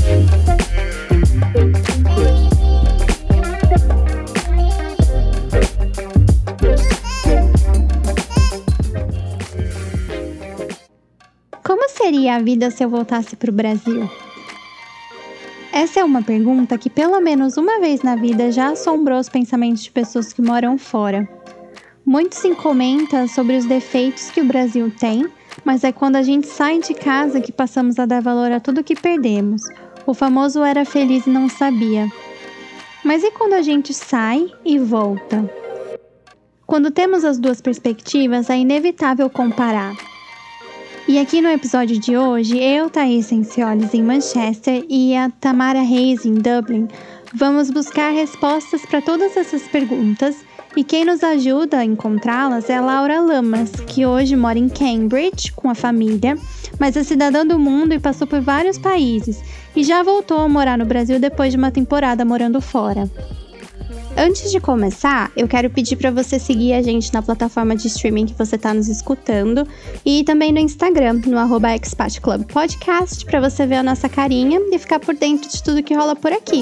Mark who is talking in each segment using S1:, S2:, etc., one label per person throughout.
S1: Como seria a vida se eu voltasse para o Brasil? Essa é uma pergunta que pelo menos uma vez na vida já assombrou os pensamentos de pessoas que moram fora. Muito se comenta sobre os defeitos que o Brasil tem, mas é quando a gente sai de casa que passamos a dar valor a tudo que perdemos. O famoso era feliz e não sabia. Mas e quando a gente sai e volta? Quando temos as duas perspectivas, é inevitável comparar. E aqui no episódio de hoje, eu, Thaís Sencioles, em Manchester, e a Tamara Reis, em Dublin, vamos buscar respostas para todas essas perguntas, e quem nos ajuda a encontrá-las é a Laura Lamas, que hoje mora em Cambridge com a família, mas é cidadã do mundo e passou por vários países, e já voltou a morar no Brasil depois de uma temporada morando fora. Antes de começar, eu quero pedir para você seguir a gente na plataforma de streaming que você está nos escutando e também no Instagram, no @expatclubpodcast, para você ver a nossa carinha e ficar por dentro de tudo que rola por aqui.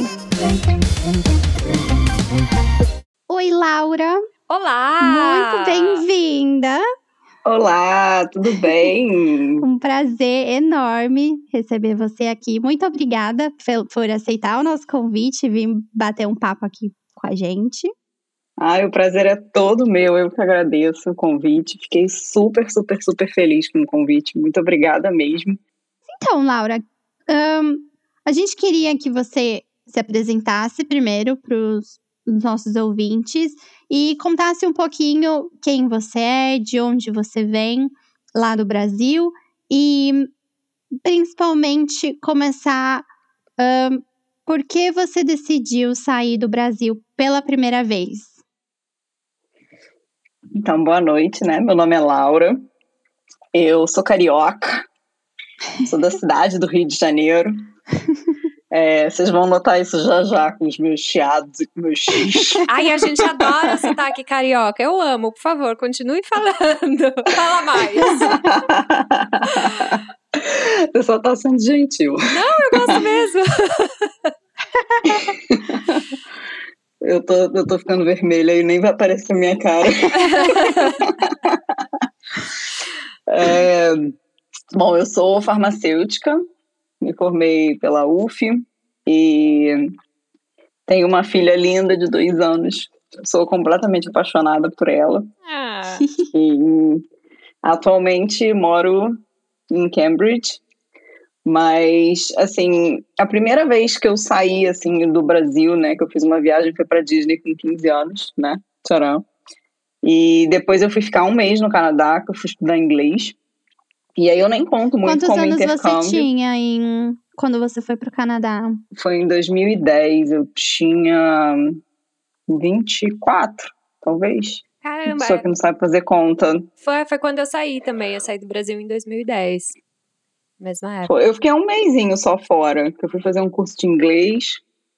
S1: Oi, Laura!
S2: Olá!
S1: Muito bem-vinda!
S3: Olá, tudo bem?
S1: Um prazer enorme receber você aqui. Muito obrigada por aceitar o nosso convite e vir bater um papo aqui com a gente.
S3: O prazer é todo meu, eu que agradeço o convite. Fiquei super, super, super feliz com o convite. Muito obrigada mesmo.
S1: Então, Laura, a gente queria que você se apresentasse primeiro para os nossos ouvintes e contasse um pouquinho quem você é, de onde você vem lá do Brasil e principalmente começar por que você decidiu sair do Brasil pela primeira vez.
S3: Então, boa noite, né? Meu nome é Laura, eu sou carioca, sou da cidade do Rio de Janeiro. Vocês vão notar isso já com os meus chiados e com meus x.
S2: Ai, a gente adora o sotaque carioca. Eu amo, por favor, continue falando. Fala mais.
S3: Você só tá sendo gentil.
S2: Não, eu gosto mesmo.
S3: Eu tô ficando vermelha e nem vai aparecer a minha cara. Bom, eu sou farmacêutica. Me formei pela UF e tenho uma filha linda de 2 anos. Sou completamente apaixonada por ela. E atualmente moro em Cambridge, mas, assim, a primeira vez que eu saí, assim, do Brasil, né, que eu fiz uma viagem, foi pra Disney com 15 anos, né, tcharam. E depois eu fui ficar 1 mês no Canadá, que eu fui estudar inglês. E aí eu nem conto muito como intercâmbio.
S1: Quantos anos você tinha quando você foi pro Canadá?
S3: Foi em 2010, eu tinha 24, talvez.
S2: Caramba!
S3: Só que não sabe fazer conta.
S2: Foi quando eu saí também, eu saí do Brasil em 2010. Mesma época.
S3: Eu fiquei 1 mesinho só fora, que eu fui fazer um curso de inglês.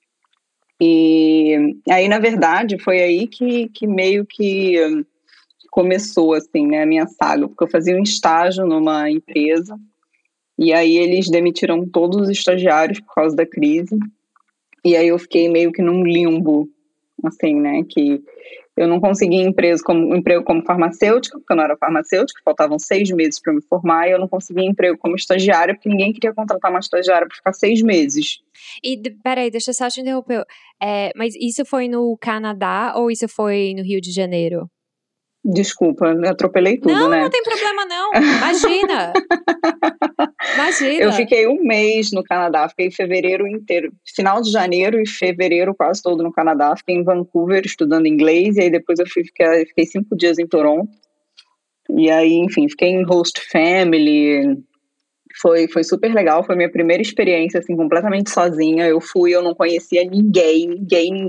S3: E aí, na verdade, foi aí que meio que começou, assim, né, a minha saga, porque eu fazia um estágio numa empresa, e aí eles demitiram todos os estagiários por causa da crise, e aí eu fiquei meio que num limbo, assim, né, que eu não consegui emprego como farmacêutica, porque eu não era farmacêutica, faltavam 6 meses para me formar, e eu não consegui emprego como estagiária, porque ninguém queria contratar uma estagiária para ficar 6 meses.
S2: E, peraí, deixa eu só te interromper, mas isso foi no Canadá ou isso foi no Rio de Janeiro?
S3: Desculpa, eu atropelei tudo,
S2: não,
S3: né?
S2: Não tem problema não, imagina. Imagina.
S3: Eu fiquei 1 mês no Canadá, fiquei fevereiro inteiro, final de janeiro e fevereiro quase todo no Canadá, fiquei em Vancouver estudando inglês, e aí depois eu fiquei 5 dias em Toronto, e aí, enfim, fiquei em host family, foi super legal, foi minha primeira experiência, assim, completamente sozinha, eu não conhecia ninguém,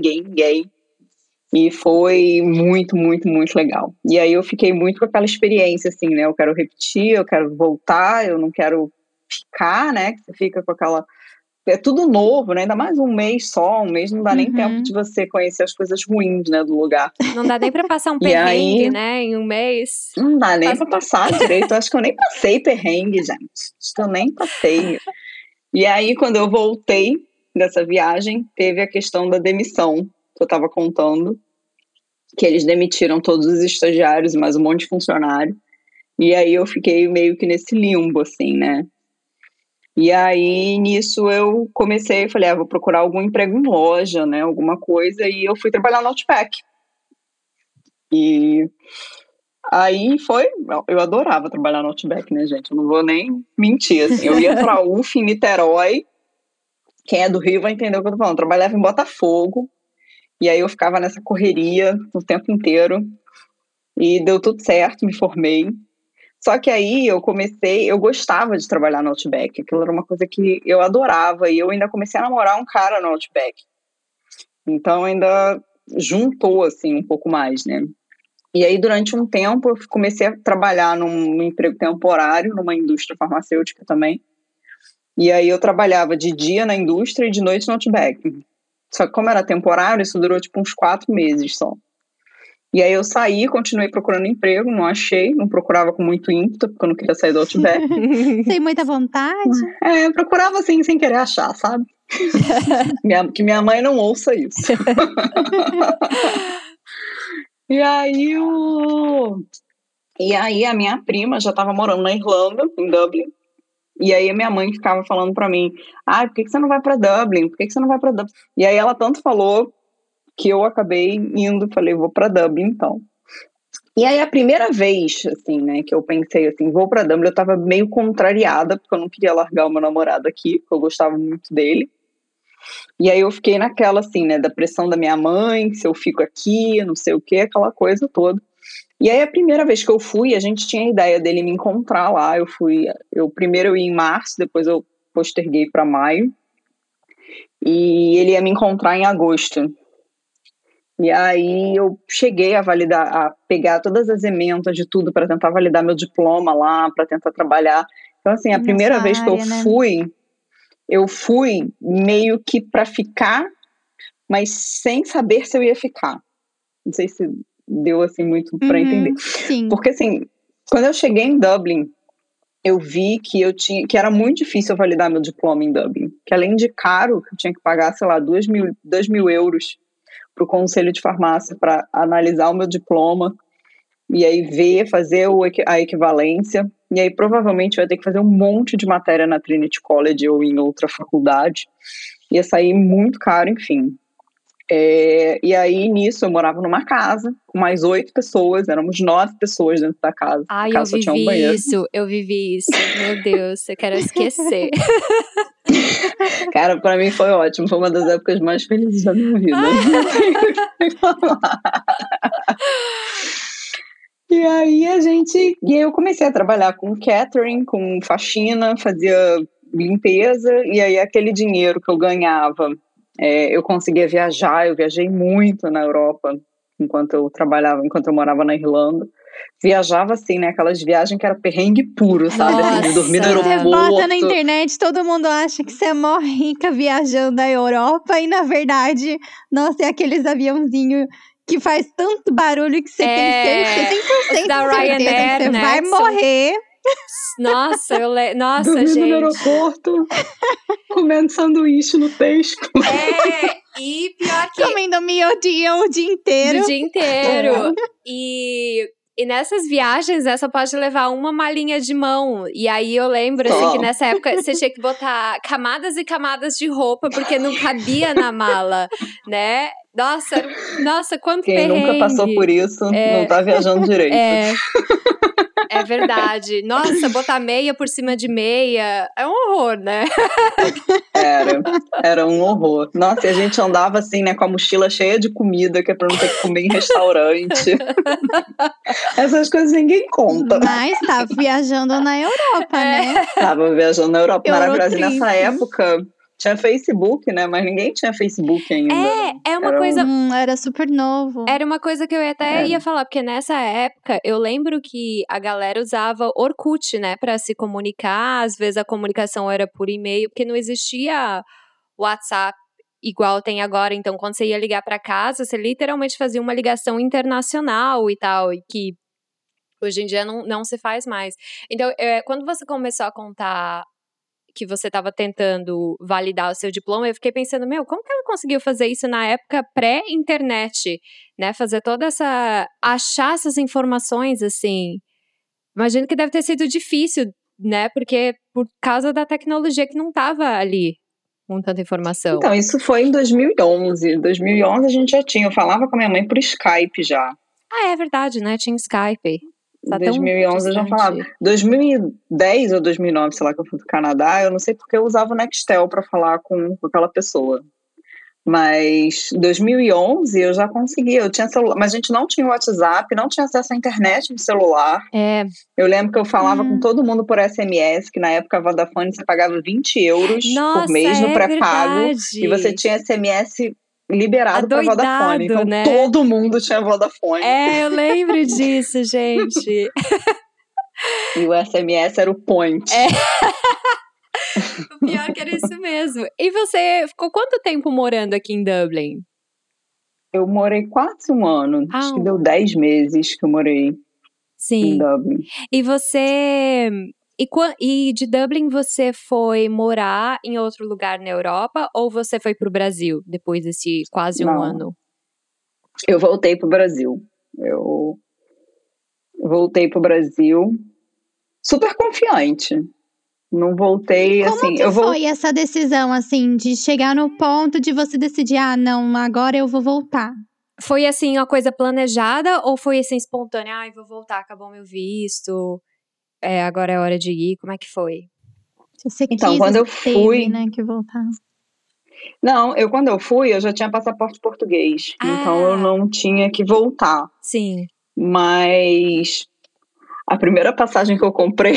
S3: e foi muito, muito, muito legal. E aí eu fiquei muito com aquela experiência, assim, né? Eu quero repetir, eu quero voltar, eu não quero ficar, né? Você fica com aquela... É tudo novo, né? Ainda mais 1 mês só, 1 mês não dá nem tempo de você conhecer as coisas ruins, né, do lugar.
S2: Não dá nem pra passar um perrengue, né, em 1 mês.
S3: Não dá nem pra passar direito. Eu acho que eu nem passei perrengue, gente. Acho que eu nem passei. E aí, quando eu voltei dessa viagem, teve a questão da demissão, que eu estava contando, que eles demitiram todos os estagiários e mais um monte de funcionário. E aí eu fiquei meio que nesse limbo, assim, né? E aí, nisso, eu comecei, falei, vou procurar algum emprego em loja, né? Alguma coisa, e eu fui trabalhar no Outback. E aí eu adorava trabalhar no Outback, né, gente? Eu não vou nem mentir, assim. Eu ia pra UF em Niterói, quem é do Rio vai entender o que eu tô falando. Eu trabalhava em Botafogo, e aí eu ficava nessa correria o tempo inteiro, e deu tudo certo, me formei. Só que aí eu gostava de trabalhar no Outback, aquilo era uma coisa que eu adorava, e eu ainda comecei a namorar um cara no Outback. Então ainda juntou, assim, um pouco mais, né? E aí, durante um tempo, eu comecei a trabalhar num emprego temporário, numa indústria farmacêutica também. E aí eu trabalhava de dia na indústria e de noite no Outback. Só que como era temporário, isso durou tipo uns 4 meses só. E aí eu saí, continuei procurando emprego, não achei, não procurava com muito ímpeto, porque eu não queria sair do Outback.
S1: Sem muita vontade.
S3: Eu procurava assim, sem querer achar, sabe? Que minha mãe não ouça isso. E aí a minha prima já estava morando na Irlanda, em Dublin. E aí a minha mãe ficava falando para mim, por que você não vai para Dublin? Por que você não vai para Dublin? E aí ela tanto falou que eu acabei indo, falei, vou para Dublin então. E aí a primeira vez, assim, né, que eu pensei assim, vou para Dublin, eu tava meio contrariada, porque eu não queria largar o meu namorado aqui, porque eu gostava muito dele. E aí eu fiquei naquela, assim, né, da pressão da minha mãe, se eu fico aqui, não sei o quê, aquela coisa toda. E aí a primeira vez que eu fui, a gente tinha a ideia dele me encontrar lá. Primeiro eu ia em março, depois eu posterguei para maio. E ele ia me encontrar em agosto. E aí eu cheguei a pegar todas as ementas de tudo para tentar validar meu diploma lá, para tentar trabalhar. Então assim, a primeira vez que eu fui meio que para ficar, mas sem saber se eu ia ficar. Não sei se deu assim muito para entender.
S1: Sim.
S3: Porque assim, quando eu cheguei em Dublin, eu vi que era muito difícil eu validar meu diploma em Dublin. Que além de caro, eu tinha que pagar, sei lá, 2 mil euros para o conselho de farmácia para analisar o meu diploma e aí fazer a equivalência. E aí provavelmente eu ia ter que fazer um monte de matéria na Trinity College ou em outra faculdade. Ia sair muito caro, enfim. E aí, nisso, eu morava numa casa com mais 8 pessoas, éramos 9 pessoas dentro da casa.
S2: Ai,
S3: a casa só tinha um banheiro.
S2: eu vivi isso. Meu Deus, eu quero esquecer.
S3: Cara, pra mim foi ótimo, foi uma das épocas mais felizes da minha vida. E aí eu comecei a trabalhar com catering, com faxina, fazia limpeza, e aí aquele dinheiro que eu ganhava, eu conseguia viajar, eu viajei muito na Europa enquanto eu morava na Irlanda. Viajava assim, né, aquelas viagens que era perrengue puro, sabe, assim, de dormir no aeroporto.
S1: Você bota na internet, todo mundo acha que você é mó rica viajando na Europa, e na verdade, nossa, é aqueles aviãozinhos que faz tanto barulho que você tem 100%
S2: da
S1: de certeza
S2: Ryanair,
S1: que você
S2: né,
S1: vai morrer.
S2: Nossa, nossa,
S3: dormindo
S2: gente.
S3: no aeroporto, comendo sanduíche no Tesco.
S2: E pior que...
S1: comendo miudinho o dia inteiro.
S2: Do dia inteiro. E nessas viagens, essa pode levar uma malinha de mão. E aí eu lembro, assim, que nessa época você tinha que botar camadas e camadas de roupa, porque não cabia na mala, né? Nossa, quanto
S3: Quem
S2: perrengue.
S3: nunca passou por isso não tá viajando direito.
S2: É verdade. Nossa, botar meia por cima de meia é um horror, né?
S3: Era um horror. Nossa, e a gente andava assim, né, com a mochila cheia de comida, que é pra não ter que comer em restaurante. Essas coisas ninguém conta.
S1: Mas tava viajando na Europa, né?
S3: Tava viajando na Europa maravilhosa. E
S1: Eurotrip.
S3: nessa época tinha Facebook, né? Mas ninguém tinha Facebook ainda.
S2: É uma coisa...
S1: Era super novo.
S2: Era uma coisa que eu até ia falar, porque nessa época eu lembro que a galera usava Orkut, né, pra se comunicar. Às vezes a comunicação era por e-mail, porque não existia WhatsApp igual tem agora. Então, quando você ia ligar pra casa, você literalmente fazia uma ligação internacional e tal, e que hoje em dia não se faz mais. Então, quando você começou a contar que você estava tentando validar o seu diploma, eu fiquei pensando, como que ela conseguiu fazer isso na época pré-internet, né? Fazer toda achar essas informações, assim. Imagino que deve ter sido difícil, né? Porque por causa da tecnologia que não estava ali com tanta informação.
S3: Então, isso foi em 2011. Em 2011 a gente já tinha. Eu falava com a minha mãe por Skype já.
S2: Ah, é verdade, né? Tinha Skype.
S3: Em 2011 eu já falava. 2010 ou 2009, sei lá, que eu fui pro Canadá, eu não sei porque eu usava o Nextel para falar com aquela pessoa. Mas em 2011 eu já conseguia, eu tinha celular, mas a gente não tinha WhatsApp, não tinha acesso à internet no celular. Eu lembro que eu falava com todo mundo por SMS, que na época a Vodafone você pagava 20 euros por mês no pré-pago. E você tinha SMS liberado para Vodafone. Então todo mundo tinha Vodafone.
S2: Eu lembro disso, gente.
S3: E o SMS era o point.
S2: O pior que era isso mesmo. E você ficou quanto tempo morando aqui em Dublin?
S3: Eu morei quase um ano. Acho que deu 10 meses que eu morei em Dublin.
S2: E você... E de Dublin você foi morar em outro lugar na Europa ou você foi pro Brasil depois desse quase um ano?
S3: Eu voltei pro Brasil. Eu voltei pro Brasil super confiante. Não voltei,
S1: Como
S3: assim...
S1: que foi essa decisão, assim, de chegar no ponto de você decidir, não, agora eu vou voltar?
S2: Foi, assim, uma coisa planejada ou foi, assim, espontânea? Vou voltar, acabou meu visto, agora é hora de ir, como é que foi?
S1: Você então, quando eu fui... né, que voltar.
S3: Não, quando eu fui, eu já tinha passaporte português, então eu não tinha que voltar.
S2: Sim.
S3: Mas a primeira passagem que eu comprei...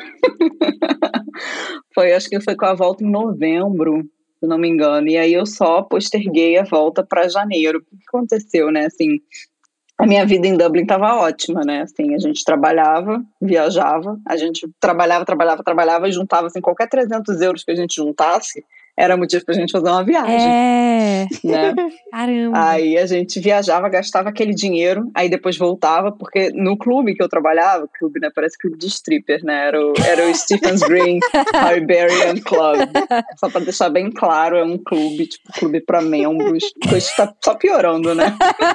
S3: acho que foi com a volta em novembro, se não me engano. E aí eu só posterguei a volta para janeiro. O que aconteceu, né? Assim, a minha vida em Dublin estava ótima, né? Assim, a gente trabalhava, viajava, a gente trabalhava e juntava, assim, qualquer 300 euros que a gente juntasse, era motivo pra gente fazer uma viagem. Né?
S2: Caramba.
S3: Aí a gente viajava, gastava aquele dinheiro, aí depois voltava, porque no clube que eu trabalhava, clube, né, parece clube de stripper, né, era o Stephen's Green Barbarian Club, só pra deixar bem claro, é um clube, tipo, clube pra membros, coisa tá só piorando, né?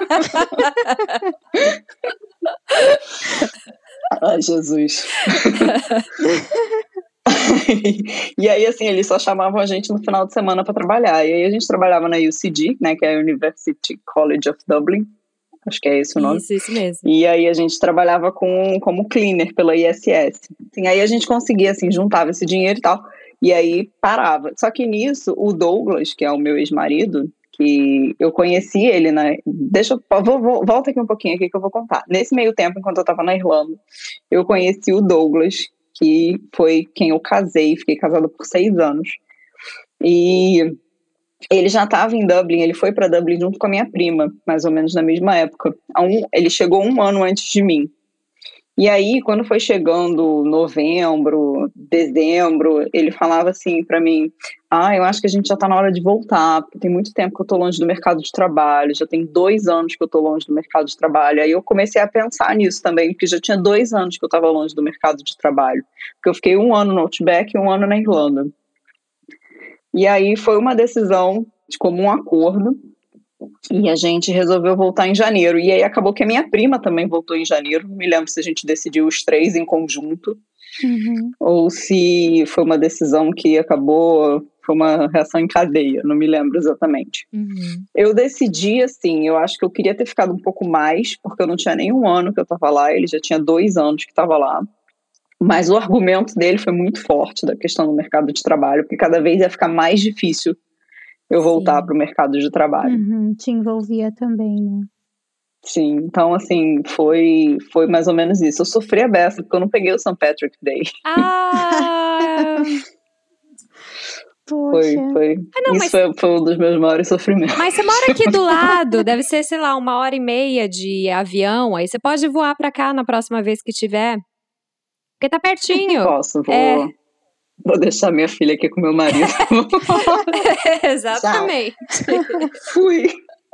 S3: Ai, Jesus. E aí, assim, eles só chamavam a gente no final de semana para trabalhar. E aí a gente trabalhava na UCD, né, que é a University College of Dublin. Acho que é esse o nome.
S2: Isso mesmo.
S3: E aí a gente trabalhava como cleaner pela ISS. Assim, aí a gente conseguia, assim, juntava esse dinheiro e tal. E aí parava. Só que nisso, o Douglas, que é o meu ex-marido, que eu conheci ele, né? Volta aqui um pouquinho aqui que eu vou contar. Nesse meio tempo, enquanto eu tava na Irlanda, eu conheci o Douglas, que foi quem eu casei, fiquei casada por 6 anos. E ele já estava em Dublin, ele foi para Dublin junto com a minha prima, mais ou menos na mesma época. Ele chegou 1 ano antes de mim. E aí, quando foi chegando novembro, dezembro, ele falava assim para mim, eu acho que a gente já tá na hora de voltar, porque tem muito tempo que eu tô longe do mercado de trabalho, já tem 2 anos que eu tô longe do mercado de trabalho. Aí eu comecei a pensar nisso também, porque já tinha 2 anos que eu tava longe do mercado de trabalho, porque eu fiquei 1 ano no Outback e 1 ano na Irlanda. E aí foi uma decisão de comum acordo, e a gente resolveu voltar em janeiro. E aí acabou que a minha prima também voltou em janeiro. Não me lembro se a gente decidiu os 3 em conjunto. Ou se foi uma decisão que acabou... Foi uma reação em cadeia. Não me lembro exatamente. Eu decidi, assim... Eu acho que eu queria ter ficado um pouco mais, porque eu não tinha nem 1 ano que eu estava lá. Ele já tinha 2 anos que estava lá. Mas o argumento dele foi muito forte da questão do mercado de trabalho. Porque cada vez ia ficar mais difícil eu voltar para o mercado de trabalho.
S1: Te envolvia também, né?
S3: Sim, então assim, foi mais ou menos isso. Eu sofri a beça, porque eu não peguei o St. Patrick's Day.
S1: Poxa.
S3: Foi um dos meus maiores sofrimentos.
S2: Mas você mora aqui do lado, deve ser, sei lá, 1h30 de avião, aí você pode voar pra cá na próxima vez que tiver. Porque tá pertinho.
S3: Posso, vou deixar minha filha aqui com meu marido.
S2: Exatamente.
S3: Fui.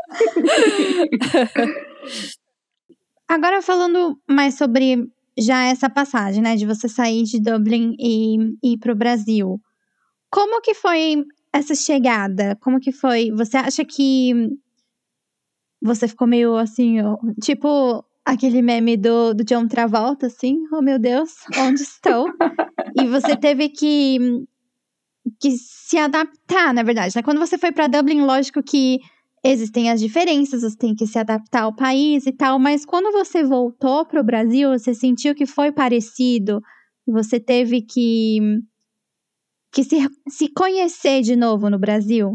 S1: Agora falando mais sobre já essa passagem, né, de você sair de Dublin e ir pro Brasil. como que foi essa chegada? Como que foi? Você acha que você ficou meio assim, tipo aquele meme do John Travolta, assim? Oh, meu Deus, onde estou? E você teve que se adaptar, na verdade, né? Quando você foi pra Dublin, lógico que existem as diferenças, você tem que se adaptar ao país e tal, mas quando você voltou pro Brasil, você sentiu que foi parecido? Você teve que se conhecer de novo no Brasil?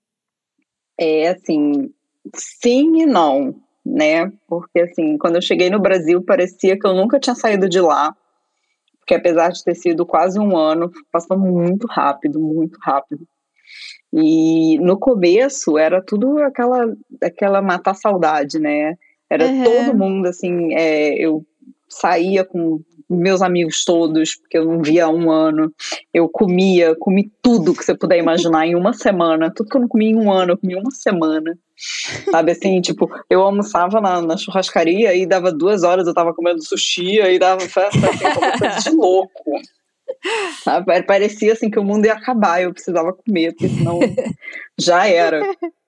S3: Assim, sim e não, né? Porque, assim, quando eu cheguei no Brasil, parecia que eu nunca tinha saído de lá. Porque apesar de ter sido quase um ano, passou muito rápido, muito rápido. E no começo era tudo aquela matar saudade, né? Era todo mundo, assim, eu saía com meus amigos todos, porque eu não via há um ano. Eu comi tudo que você puder imaginar em uma semana. Tudo que eu não comia em um ano, eu comia uma semana. Sabe, assim, tipo, eu almoçava na churrascaria e dava 2 horas, eu tava comendo sushi, aí dava festa, assim, uma coisa de louco. Sabe? Parecia, assim, que o mundo ia acabar, eu precisava comer, porque senão já era.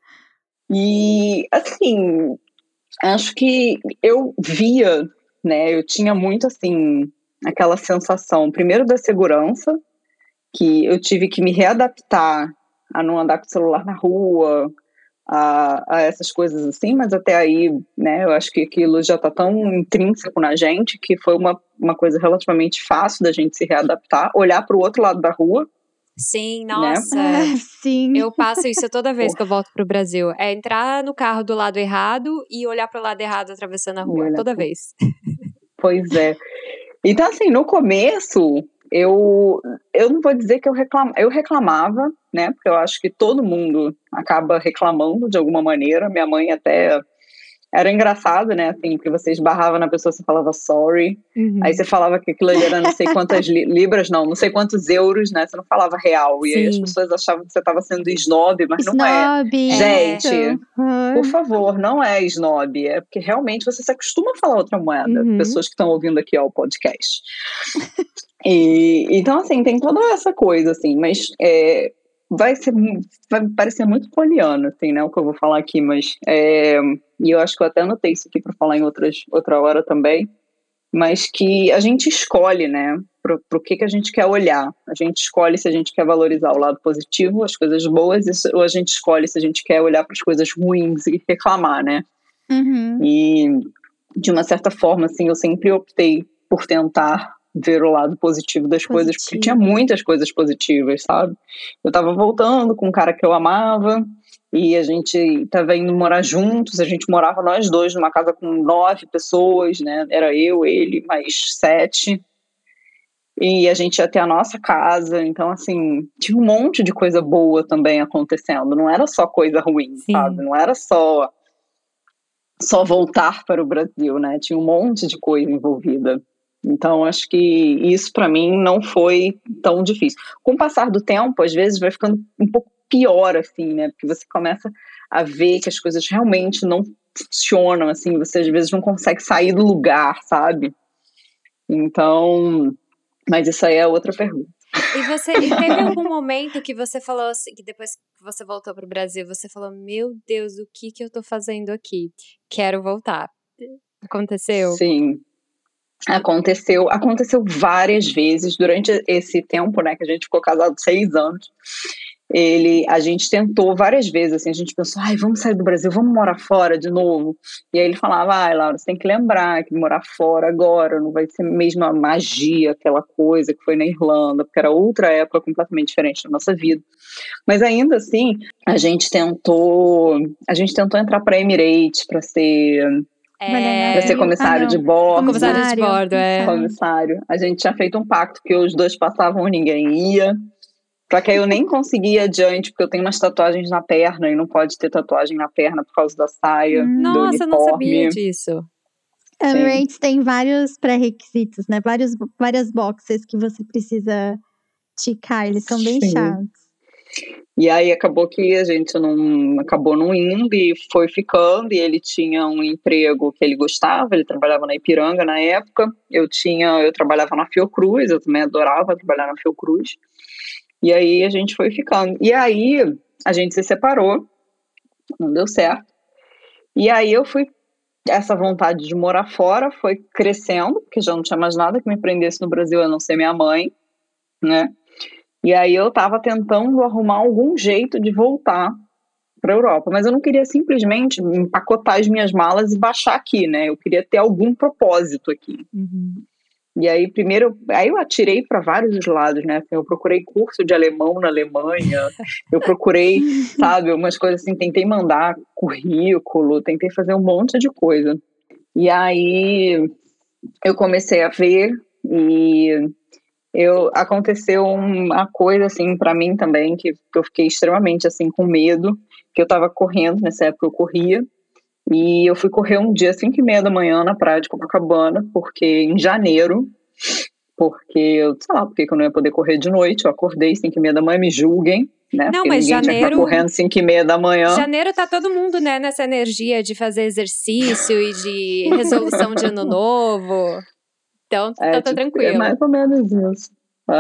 S3: E, assim, acho que eu via, né, eu tinha muito, assim, aquela sensação, primeiro da segurança, que eu tive que me readaptar a não andar com o celular na rua, a essas coisas assim, mas até aí, né, eu acho que aquilo já está tão intrínseco na gente que foi uma coisa relativamente fácil da gente se readaptar, olhar para o outro lado da rua.
S2: Sim,
S3: né?
S2: nossa.
S1: Sim.
S2: Eu passo isso toda vez que eu volto pro Brasil. É entrar no carro do lado errado e olhar pro lado errado atravessando a rua. Toda vez.
S3: Pois é. Então, assim, no começo, eu não vou dizer que eu reclamava, né? Porque eu acho que todo mundo acaba reclamando de alguma maneira. Minha mãe até era engraçado, né? Assim, que você esbarrava na pessoa, você falava sorry. Aí você falava que aquilo ali era não sei quantas libras, não sei quantos euros, né? Você não falava real. E aí as pessoas achavam que você estava sendo snob, mas não é. Gente, por favor, não é snob. É porque realmente você se acostuma a falar outra moeda. Pessoas que estão ouvindo aqui o podcast. Então, assim, tem toda essa coisa, assim, mas vai parecer muito poliana, assim, né, o que eu vou falar aqui, mas e eu acho que eu até anotei isso aqui para falar em outra hora também, mas que a gente escolhe, né, pro que a gente quer olhar. A gente escolhe se a gente quer valorizar o lado positivo, as coisas boas, ou a gente escolhe se a gente quer olhar para as coisas ruins e reclamar, né. E, de uma certa forma, assim, eu sempre optei por tentar ver o lado positivo das coisas, porque tinha muitas coisas positivas, sabe? Eu tava voltando com um cara que eu amava, e a gente tava indo morar juntos, a gente morava nós dois numa casa com 9 pessoas, né? Era eu, ele, mais 7, e a gente ia ter a nossa casa, então, assim, tinha um monte de coisa boa também acontecendo, não era só coisa ruim, sabe? Não era só voltar para o Brasil, né? Tinha um monte de coisa envolvida. Então, acho que isso para mim não foi tão difícil. Com o passar do tempo, às vezes vai ficando um pouco pior, assim, né? Porque você começa a ver que as coisas realmente não funcionam, assim, você às vezes não consegue sair do lugar, sabe? Então, mas isso aí é outra pergunta.
S2: E teve algum momento que você falou assim, que depois que você voltou pro Brasil, você falou, meu Deus, o que eu tô fazendo aqui? Quero voltar. Aconteceu?
S3: Sim. Aconteceu várias vezes durante esse tempo, né, que a gente ficou casado 6 anos. A gente tentou várias vezes, assim, a gente pensou, vamos sair do Brasil, vamos morar fora de novo. E aí ele falava, Laura, você tem que lembrar que morar fora agora não vai ser mesmo a magia, aquela coisa que foi na Irlanda, porque era outra época completamente diferente da nossa vida. Mas ainda assim, a gente tentou entrar para Emirates para ser comissário de bordo.
S2: Comissário de bordo,
S3: Comissário. A gente tinha feito um pacto que os dois passavam e ninguém ia. Só que aí eu nem consegui ir adiante, porque eu tenho umas tatuagens na perna e não pode ter tatuagem na perna por causa da saia, do uniforme.
S2: Nossa, eu não sabia disso.
S1: Emirates tem vários pré-requisitos, né? Várias boxes que você precisa ticar, eles são bem chatos.
S3: E aí acabou que a gente acabou não indo e foi ficando, e ele tinha um emprego que ele gostava, ele trabalhava na Ipiranga na época, eu trabalhava na Fiocruz, eu também adorava trabalhar na Fiocruz, E aí a gente foi ficando. E aí a gente se separou, não deu certo. E aí essa vontade de morar fora foi crescendo, porque já não tinha mais nada que me prendesse no Brasil a não ser minha mãe, né? E aí eu tava tentando arrumar algum jeito de voltar para a Europa, mas eu não queria simplesmente empacotar as minhas malas e baixar aqui, né? Eu queria ter algum propósito aqui. E aí, aí eu atirei para vários lados, né? Assim, eu procurei curso de alemão na Alemanha, eu procurei, sabe, umas coisas assim, tentei mandar currículo, tentei fazer um monte de coisa. E aí eu comecei a ver e aconteceu uma coisa assim para mim também que eu fiquei extremamente assim com medo, que eu estava correndo, nessa época eu corria, e eu fui correr um dia às 5h30 da manhã na praia de Copacabana, porque em janeiro, porque eu sei lá, porque eu não ia poder correr de noite, eu acordei 5h30 da manhã, me julguem, né?
S2: Não,
S3: porque
S2: mas
S3: ninguém tinha que estar correndo 5h30 da manhã.
S2: Janeiro tá todo mundo, né, nessa energia de fazer exercício e de resolução de ano novo. Então, tá tranquilo.
S3: É mais ou menos isso.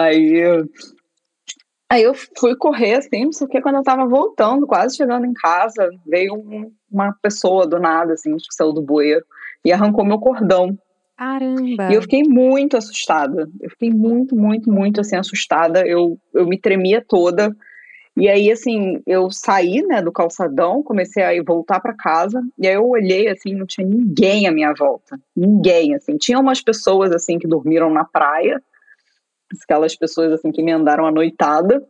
S3: Aí eu fui correr, assim, não sei o que, quando eu tava voltando, quase chegando em casa, veio uma pessoa do nada, assim, que saiu do bueiro e arrancou meu cordão.
S2: Caramba!
S3: E eu fiquei muito assustada. Eu fiquei muito, muito, muito, assim, assustada. Eu me tremia toda. E aí, assim, eu saí, né, do calçadão, comecei a ir voltar para casa, e aí eu olhei, assim, não tinha ninguém à minha volta. Ninguém, assim. Tinha umas pessoas, assim, que dormiram na praia, aquelas pessoas, assim, que me andaram à noitada.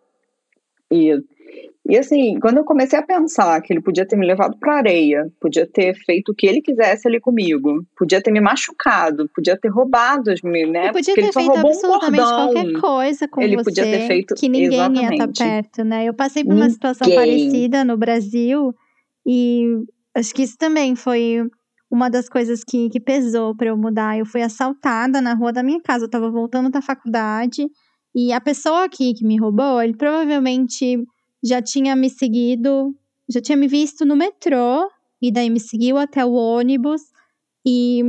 S3: E assim, quando eu comecei a pensar que ele podia ter me levado pra areia, podia ter feito o que ele quisesse ali comigo, podia ter me machucado, podia ter roubado as minhas, né?
S1: Ele podia
S3: Porque ele
S1: ter
S3: só
S1: feito
S3: roubou um
S1: absolutamente
S3: cordão.
S1: qualquer coisa com
S3: Ele podia ter
S1: você,
S3: feito
S1: que ninguém ia estar
S3: exatamente.
S1: perto, né? Eu passei por uma situação parecida no Brasil e acho que isso também foi uma das coisas que pesou pra eu mudar. Eu fui assaltada na rua da minha casa, eu tava voltando da faculdade e a pessoa aqui que me roubou, ele provavelmente já tinha me seguido, já tinha me visto no metrô e daí me seguiu até o ônibus e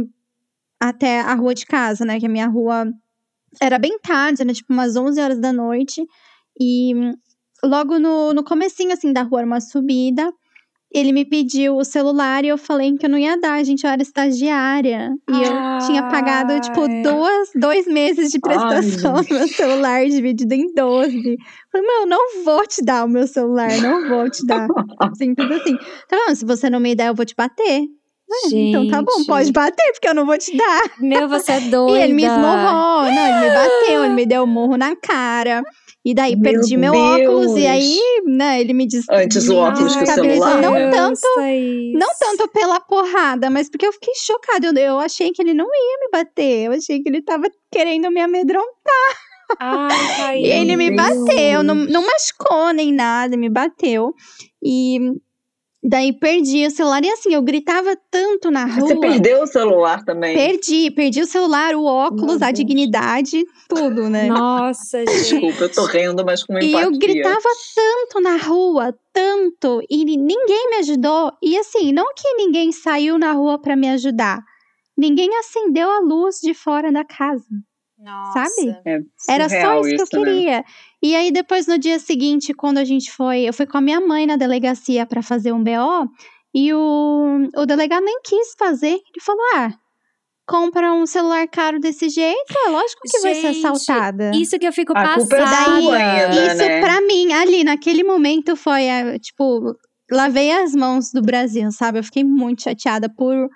S1: até a rua de casa, né? Que a minha rua era bem tarde, era tipo umas 11 horas da noite. E logo no comecinho, assim, da rua, era uma subida. Ele me pediu o celular e eu falei que eu não ia dar, gente, eu era estagiária. E eu tinha pagado, tipo, 2 meses de prestação no meu celular, dividido em 12. Falei, meu, eu não vou te dar o meu celular, não vou te dar. Simples assim. Tá bom, se você não me der, eu vou te bater. Então tá bom, pode bater, porque eu não vou te dar.
S2: Meu, você é doida.
S1: E ele me esmurrou, não, ele me bateu, ele me deu um murro na cara. E daí perdi meu óculos, e aí, né, ele me
S3: Antes o óculos que o celular.
S1: Não tanto pela porrada, mas porque eu fiquei chocada. Eu achei que ele não ia me bater, eu achei que ele tava querendo me amedrontar.
S2: Ai,
S1: e ele me bateu, não machucou nem nada, me bateu. E daí perdi o celular. E assim, eu gritava tanto na rua.
S3: Você perdeu o celular também?
S1: Perdi o celular, o óculos, a dignidade, tudo, né?
S2: Nossa, gente.
S3: Desculpa, eu tô rindo, mas com empatia.
S1: E eu gritava tanto na rua, tanto, e ninguém me ajudou. E assim, não que ninguém saiu na rua pra me ajudar. Ninguém acendeu a luz de fora da casa.
S2: Nossa.
S1: Sabe?
S3: Era
S1: só isso que eu queria.
S3: Né?
S1: E aí, depois, no dia seguinte, quando a gente eu fui com a minha mãe na delegacia pra fazer um BO, e o delegado nem quis fazer. Ele falou, compra um celular caro desse jeito, é lógico que vai ser assaltada.
S2: Isso que eu fico
S3: passada.
S2: A culpa é
S3: sua ainda,
S1: isso,
S3: né?
S1: Pra mim, ali, naquele momento, foi, tipo, lavei as mãos do Brasil, sabe? Eu fiquei muito chateada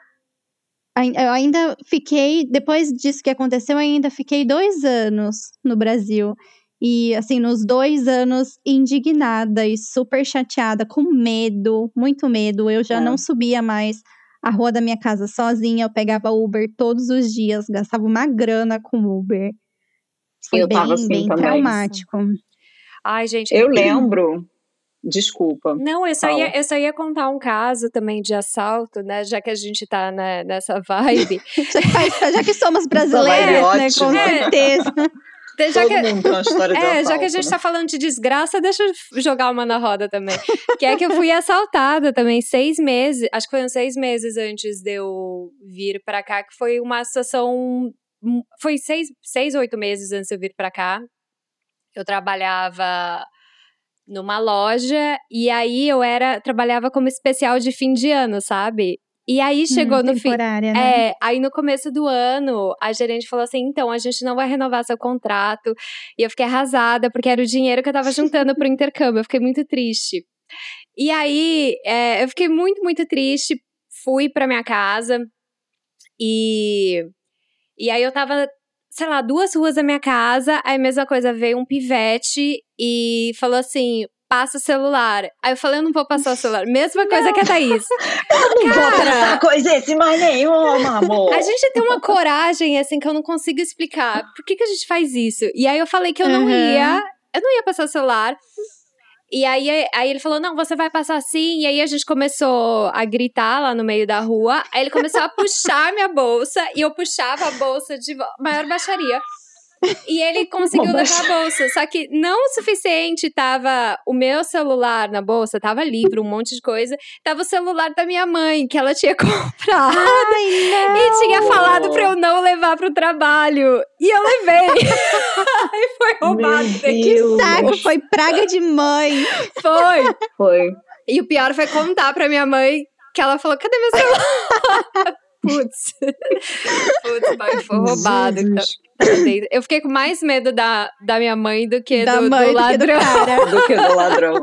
S1: eu ainda fiquei, depois disso que aconteceu, eu ainda fiquei 2 anos no Brasil. E, assim, nos 2 anos, indignada e super chateada, com medo, muito medo. Eu já não subia mais a rua da minha casa sozinha, eu pegava Uber todos os dias, gastava uma grana com Uber. Foi bem traumático.
S2: Ai, gente.
S3: Eu lembro... Desculpa.
S2: Não, eu só ia contar um caso também de assalto, né? Já que a gente tá nessa vibe.
S1: já que somos brasileiros, né? Com certeza.
S3: Todo mundo tem uma história de assalto.
S2: Já que a gente tá falando de desgraça, deixa eu jogar uma na roda também. Que é que eu fui assaltada também 6 meses, acho que foi uns 6 meses antes de eu vir pra cá, que foi uma situação, foi 6 ou 8 meses antes de eu vir pra cá. eu trabalhava numa loja e aí trabalhava como especial de fim de ano, sabe? E aí chegou no fim.
S1: Temporária, né?
S2: Aí no começo do ano, a gerente falou assim: então, a gente não vai renovar seu contrato. E eu fiquei arrasada, porque era o dinheiro que eu tava juntando pro intercâmbio. Eu fiquei muito triste. E aí, eu fiquei muito, muito triste. Fui pra minha casa. E aí eu tava, sei lá, 2 ruas da minha casa. Aí, mesma coisa, veio um pivete e falou assim: passa o celular. Aí eu falei: eu não vou passar o celular. Mesma coisa que a Thaís.
S3: Eu não vou passar coisa mais nenhuma, amor.
S2: A gente tem uma coragem, assim, que eu não consigo explicar. Por que a gente faz isso? E aí eu falei que eu não ia passar o celular. E aí ele falou: não, você vai passar sim. E aí a gente começou a gritar lá no meio da rua. Aí ele começou a puxar minha bolsa. E eu puxava a bolsa de maior baixaria. E ele conseguiu levar a bolsa. Só que não o suficiente tava o meu celular na bolsa. Tava livro, um monte de coisa. Tava o celular da minha mãe, que ela tinha comprado.
S1: Ai, não.
S2: E tinha falado pra eu não levar pro trabalho. E eu levei. E foi roubado.
S1: Que saco, foi praga de mãe.
S3: Foi.
S2: E o pior foi contar pra minha mãe, que ela falou: cadê meu celular? Putz, pai, foi roubado. Eu fiquei com mais medo da minha mãe do que do ladrão.
S3: Do que do ladrão,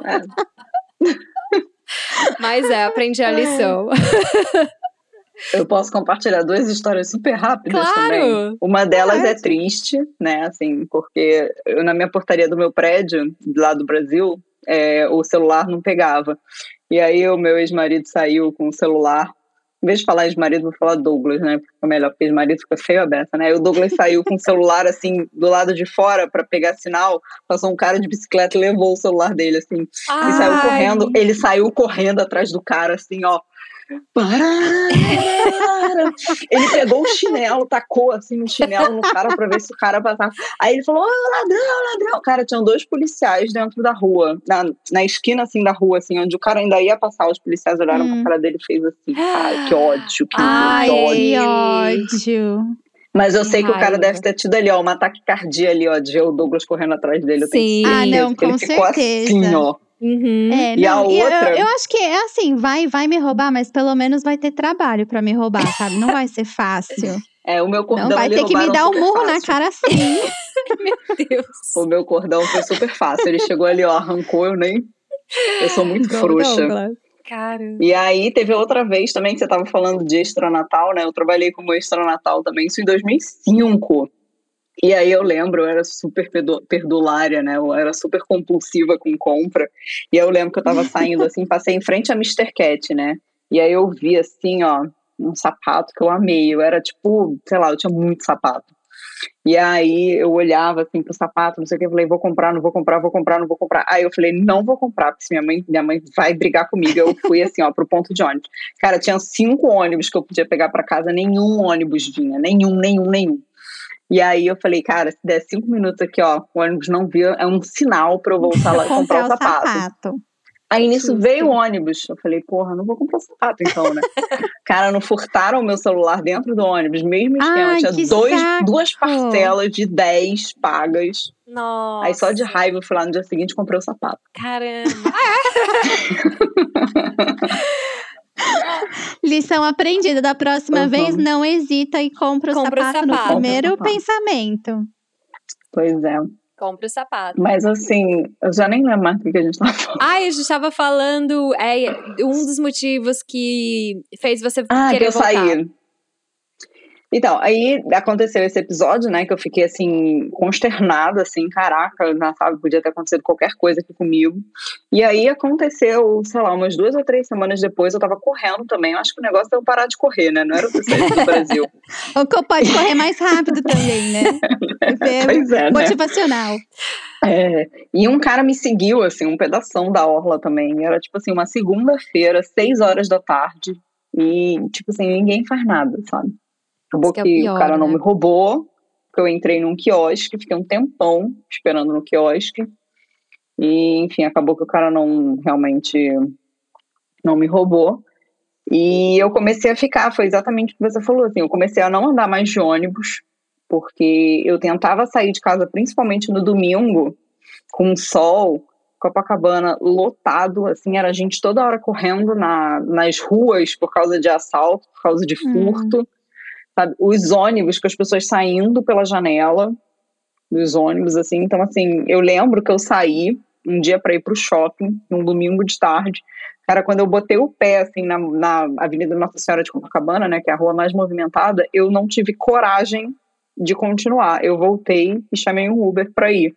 S2: Mas aprendi a lição.
S3: Eu posso compartilhar 2 histórias super rápidas também. Uma delas é triste, né, assim, porque eu, na minha portaria do meu prédio, lá do Brasil, o celular não pegava. E aí o meu ex-marido saiu com o celular. Em vez de falar ex-marido, vou falar Douglas, né? Fica melhor, porque ex-marido fica feio a beça, né? O Douglas saiu com o celular, assim, do lado de fora pra pegar sinal. Passou um cara de bicicleta e levou o celular dele, assim. E saiu correndo. Ele saiu correndo atrás do cara, assim, ó. Ele pegou o chinelo, tacou assim o chinelo no cara pra ver se o cara passava. Aí ele falou: ladrão. Cara, tinham 2 policiais dentro da rua, na esquina assim da rua, assim, onde o cara ainda ia passar. Os policiais olharam pra cara dele e fez assim: ai, que ódio, que
S1: ódio.
S3: Mas eu sei que o cara deve ter tido ali, ó, uma taquicardia ali, ó, de ver o Douglas correndo atrás dele. Eu tenho certeza,
S1: não, com
S3: ele ficou
S1: certeza.
S3: assim, ó.
S1: E a outra... eu acho que é assim, vai me roubar, mas pelo menos vai ter trabalho pra me roubar, sabe? Não vai ser fácil.
S3: O meu cordão,
S1: não vai ter que me dar um murro na cara assim.
S2: Meu Deus.
S3: O meu cordão foi super fácil. Ele chegou ali, ó, arrancou, eu sou muito frouxa.
S2: Cara.
S3: E aí teve outra vez também que você tava falando de extra-natal, né? Eu trabalhei como extra-natal também, isso em 2005. E aí eu lembro, eu era super perdulária, né? Eu era super compulsiva com compra. E aí eu lembro que eu tava saindo assim, passei em frente a Mr. Cat, né? E aí eu vi assim, ó, um sapato que eu amei. Eu era tipo, sei lá, eu tinha muito sapato. E aí eu olhava assim pro sapato, não sei o que, eu falei: vou comprar, não vou comprar. Aí eu falei: não vou comprar, porque minha mãe vai brigar comigo. Eu fui assim, ó, pro ponto de ônibus. Cara, tinha 5 ônibus que eu podia pegar pra casa, nenhum ônibus vinha, nenhum. E aí eu falei: cara, se der 5 minutos aqui, ó, o ônibus não via, é um sinal pra eu voltar lá e comprar o sapato. Aí nisso veio o ônibus. Eu falei: porra, não vou comprar o sapato então, né? Cara, não furtaram o meu celular dentro do ônibus, mesmo esquema. Tinha 2 parcelas de 10 pagas.
S2: Nossa.
S3: Aí só de raiva eu fui lá no dia seguinte e comprei o sapato.
S2: Caramba.
S1: Lição aprendida. Da próxima vez, não hesita e compra o sapato no primeiro pensamento.
S3: Pois é.
S2: Compra o sapato.
S3: Mas assim, eu já nem lembro mais do que a gente tava falando.
S2: A gente tava falando, um dos motivos que fez você querer voltar.
S3: Saí. Então, aí aconteceu esse episódio, né, que eu fiquei, assim, consternada, assim, caraca, sabe, podia ter acontecido qualquer coisa aqui comigo. E aí aconteceu, sei lá, umas 2 ou 3 semanas depois, eu tava correndo também. Eu acho que o negócio é eu parar de correr, né, não era o sucesso do Brasil.
S1: Ou que pode correr mais rápido também, né?
S3: Pois é,
S1: motivacional.
S3: E um cara me seguiu, assim, um pedação da orla também. Era, tipo assim, uma segunda-feira, 6 horas da tarde. E, tipo assim, ninguém faz nada, sabe? Acabou que o cara não me roubou, porque eu entrei num quiosque, fiquei um tempão esperando no quiosque, e enfim, acabou que o cara realmente não me roubou, e eu comecei a ficar, foi exatamente o que você falou, assim, eu comecei a não andar mais de ônibus, porque eu tentava sair de casa, principalmente no domingo, com sol, Copacabana lotado, assim, era gente toda hora correndo nas ruas por causa de assalto, por causa de furto, sabe? Os ônibus, com as pessoas saindo pela janela dos ônibus, assim. Então, assim, eu lembro que eu saí um dia para ir pro shopping, num domingo de tarde. Cara, quando eu botei o pé, assim, na Avenida Nossa Senhora de Copacabana, né, que é a rua mais movimentada, eu não tive coragem de continuar. Eu voltei e chamei um Uber para ir.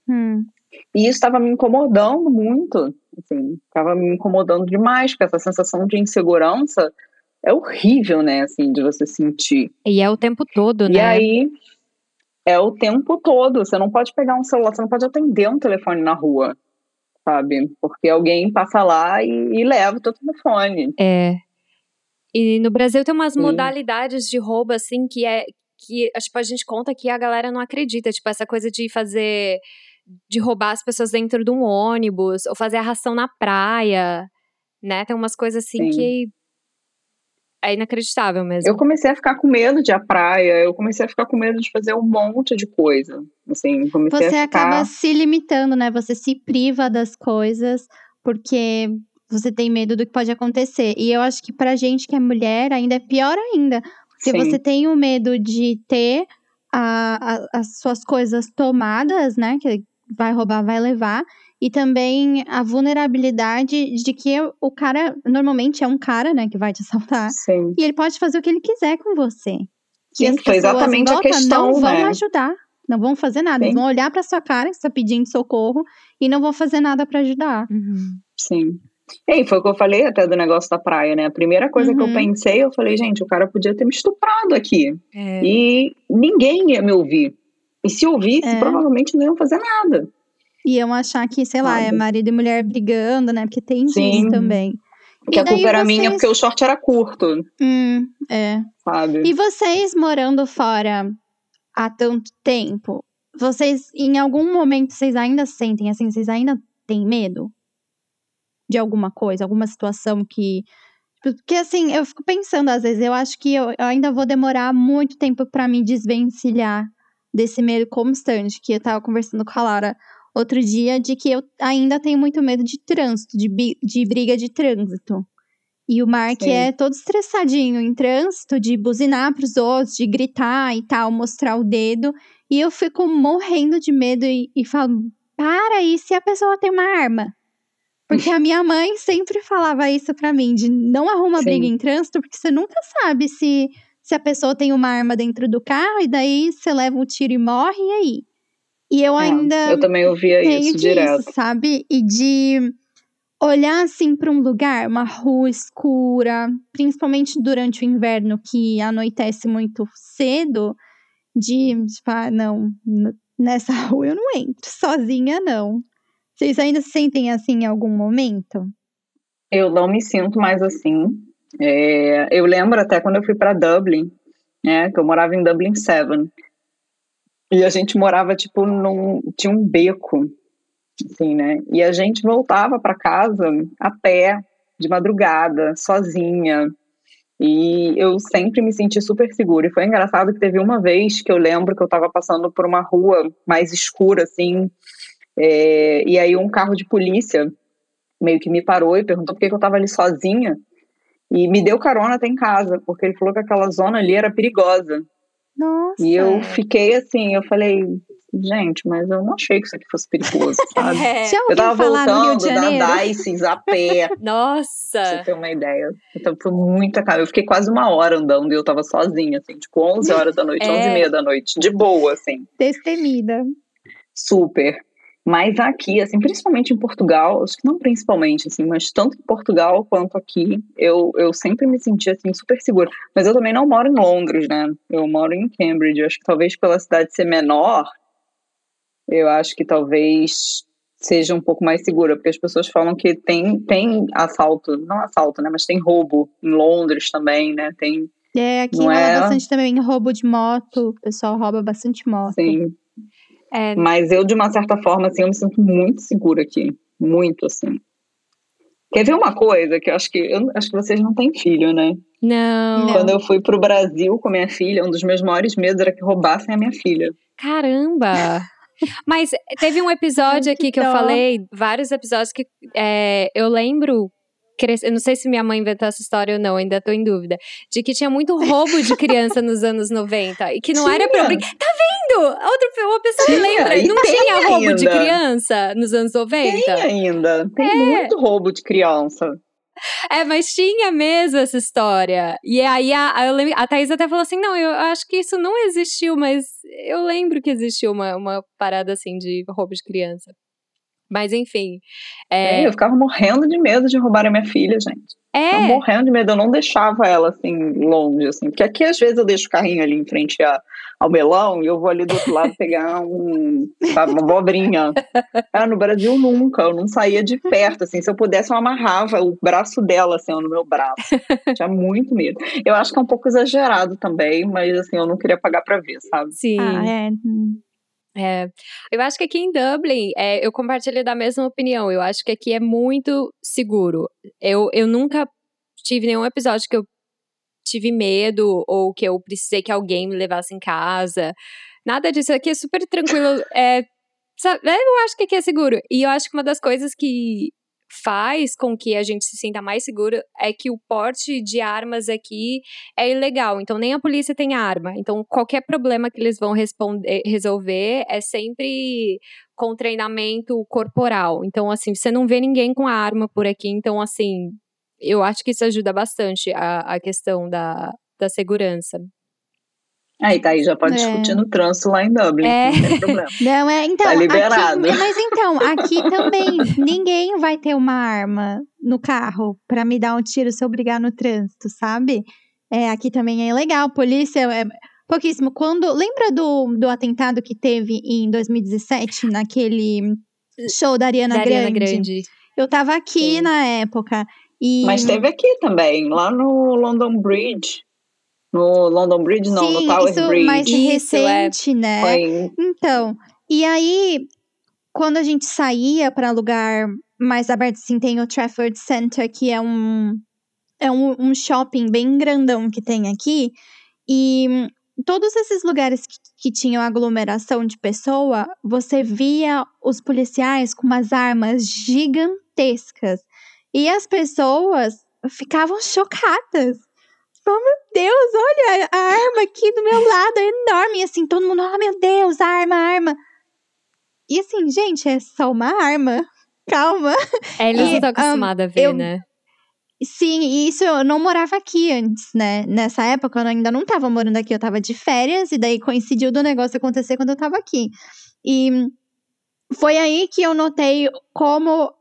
S3: E isso estava me incomodando muito, assim, estava me incomodando demais, porque essa sensação de insegurança é horrível, né, assim, de você sentir.
S2: E é o tempo todo, né?
S3: E aí, é o tempo todo, você não pode pegar um celular, você não pode atender um telefone na rua, sabe? Porque alguém passa lá e leva o teu telefone.
S2: E no Brasil tem umas modalidades de roubo, assim, que tipo, a gente conta que a galera não acredita, tipo, essa coisa de roubar as pessoas dentro de um ônibus, ou fazer arrastão na praia, né? Tem umas coisas assim que é inacreditável mesmo.
S3: Eu comecei a ficar com medo de ir à praia, eu comecei a ficar com medo de fazer um monte de coisa, assim,
S1: Você acaba se limitando, né? Você se priva das coisas, porque você tem medo do que pode acontecer. E eu acho que pra gente que é mulher, ainda é pior ainda, porque você tem o medo de ter as suas coisas tomadas, né? Que vai roubar, vai levar. E também a vulnerabilidade de que o cara, normalmente é um cara, né, que vai te assaltar.
S3: Sim.
S1: E ele pode fazer o que ele quiser com você.
S3: Sim,
S1: e as
S3: foi
S1: pessoas
S3: exatamente
S1: em volta
S3: a questão,
S1: não vão
S3: né?
S1: ajudar, não vão fazer nada. Eles vão olhar pra sua cara, que você tá pedindo socorro, e não vão fazer nada pra ajudar.
S3: Sim. E foi o que eu falei até do negócio da praia, né? A primeira coisa que eu pensei, eu falei, gente, o cara podia ter me estuprado aqui. E ninguém ia me ouvir. E se ouvisse, provavelmente não iam fazer nada.
S1: Iam achar que, sei lá, é marido e mulher brigando, né? Porque tem disso também.
S3: Porque a culpa era minha porque o short era curto. Sabe?
S1: E vocês morando fora há tanto tempo, vocês, em algum momento, vocês ainda sentem assim, vocês ainda têm medo? De alguma coisa, alguma situação que... Porque assim, eu fico pensando às vezes, eu acho que eu ainda vou demorar muito tempo pra me desvencilhar desse medo constante, que eu tava conversando com a Laura outro dia, de que eu ainda tenho muito medo de trânsito, de briga de trânsito. E o Mark é todo estressadinho em trânsito, de buzinar pros outros, de gritar e tal, mostrar o dedo. E eu fico morrendo de medo e falo, para, e se a pessoa tem uma arma? Porque a minha mãe sempre falava isso pra mim, de não arruma briga em trânsito, porque você nunca sabe se a pessoa tem uma arma dentro do carro, e daí você leva um tiro e morre, e aí? E eu ainda
S3: eu também ouvia
S1: tenho
S3: isso direto.
S1: sabe? E de olhar assim pra um lugar, uma rua escura, principalmente durante o inverno, que anoitece muito cedo, de falar, não, nessa rua eu não entro, sozinha não. Vocês ainda se sentem assim em algum momento?
S3: Eu não me sinto mais assim. Eu lembro até quando eu fui para Dublin, né, que eu morava em Dublin 7. E a gente morava, tipo, tinha um beco, assim, né? E a gente voltava para casa a pé, de madrugada, sozinha. E eu sempre me senti super segura. E foi engraçado que teve uma vez que eu lembro que eu estava passando por uma rua mais escura, assim, e aí um carro de polícia meio que me parou e perguntou por que eu estava ali sozinha e me deu carona até em casa, porque ele falou que aquela zona ali era perigosa.
S1: Nossa!
S3: E eu fiquei assim, eu falei, gente, mas eu não achei que isso aqui fosse perigoso, sabe? Eu tava voltando da Dices a pé.
S2: Nossa!
S3: Pra você ter uma ideia. Então foi muita cara. Eu fiquei quase uma hora andando e eu tava sozinha, assim, tipo 11 horas da noite, 11h30 da noite, de boa, assim.
S1: Destemida.
S3: Super. Mas aqui, assim, principalmente em Portugal, acho que não principalmente, assim, mas tanto em Portugal quanto aqui, eu sempre me senti, assim, super segura. Mas eu também não moro em Londres, né? Eu moro em Cambridge. Acho que talvez pela cidade ser menor, eu acho que talvez seja um pouco mais segura, porque as pessoas falam que tem assalto, não assalto, né? Mas tem roubo em Londres também, né?
S1: Aqui rola bastante também roubo de moto, o pessoal rouba bastante moto.
S3: Sim. Mas eu, de uma certa forma, assim, eu me sinto muito segura aqui. Muito, assim. Quer ver uma coisa que eu acho que vocês não têm filho, né?
S2: Não.
S3: Quando eu fui pro Brasil com minha filha, um dos meus maiores medos era que roubassem a minha filha.
S2: Caramba! Mas teve um episódio aqui que eu
S1: dó.
S2: falei, vários episódios que eu lembro, eu não sei se minha mãe inventou essa história ou não, ainda tô em dúvida, de que tinha muito roubo de criança nos anos 90 e que não era pra brincar. Tá vendo? Uma pessoa me lembra,
S3: e
S2: não
S3: tem
S2: tinha roubo de
S3: ainda.
S2: criança nos anos 90?
S3: Tem ainda, tem muito roubo de criança.
S2: Mas tinha mesmo essa história. E aí a Thaís até falou assim, não, eu acho que isso não existiu, mas eu lembro que existiu uma parada assim de roubo de criança. Mas enfim.
S3: Eu ficava morrendo de medo de roubar a minha filha, gente. Eu morrendo de medo, eu não deixava ela assim, longe, assim. Porque aqui, às vezes, eu deixo o carrinho ali em frente ao melão e eu vou ali do outro lado pegar uma abobrinha. No Brasil, nunca. Eu não saía de perto, assim. Se eu pudesse, eu amarrava o braço dela, assim, no meu braço. Tinha muito medo. Eu acho que é um pouco exagerado também, mas, assim, eu não queria pagar pra ver, sabe?
S2: Sim. Eu acho que aqui em Dublin, eu compartilho da mesma opinião. Eu acho que aqui é muito seguro. Eu nunca tive nenhum episódio que eu tive medo ou que eu precisei que alguém me levasse em casa. Nada disso. Aqui é super tranquilo. Eu acho que aqui é seguro. E eu acho que uma das coisas que faz com que a gente se sinta mais seguro é que o porte de armas aqui é ilegal, então nem a polícia tem arma, então qualquer problema que eles vão resolver é sempre com treinamento corporal, então assim, você não vê ninguém com arma por aqui, então assim, eu acho que isso ajuda bastante a questão da segurança.
S3: Aí tá, aí já pode discutir no trânsito lá em Dublin, não tem problema.
S1: Não, então,
S3: tá liberado.
S1: Mas então, aqui também, ninguém vai ter uma arma no carro pra me dar um tiro se eu brigar no trânsito, sabe? Aqui também é ilegal, polícia é pouquíssimo. Lembra do atentado que teve em 2017, naquele show da Ariana Grande? Eu tava aqui na época.
S3: Mas teve aqui também, lá no London Bridge. No London Bridge, não, no Tower Bridge.
S1: Mais recente, né?
S3: Foi.
S1: Então, e aí, quando a gente saía para lugar mais aberto, assim, tem o Trafford Center, que é um shopping bem grandão que tem aqui. E todos esses lugares que tinham aglomeração de pessoa, você via os policiais com umas armas gigantescas. E as pessoas ficavam chocadas. Oh, meu Deus, olha a arma aqui do meu lado, é enorme. E assim, todo mundo, oh, meu Deus, arma. E assim, gente, é só uma arma. Calma.
S2: Eles não estão acostumados a ver, né?
S1: Sim, e isso eu não morava aqui antes, né? Nessa época eu ainda não tava morando aqui, eu tava de férias. E daí coincidiu do negócio acontecer quando eu tava aqui. E foi aí que eu notei como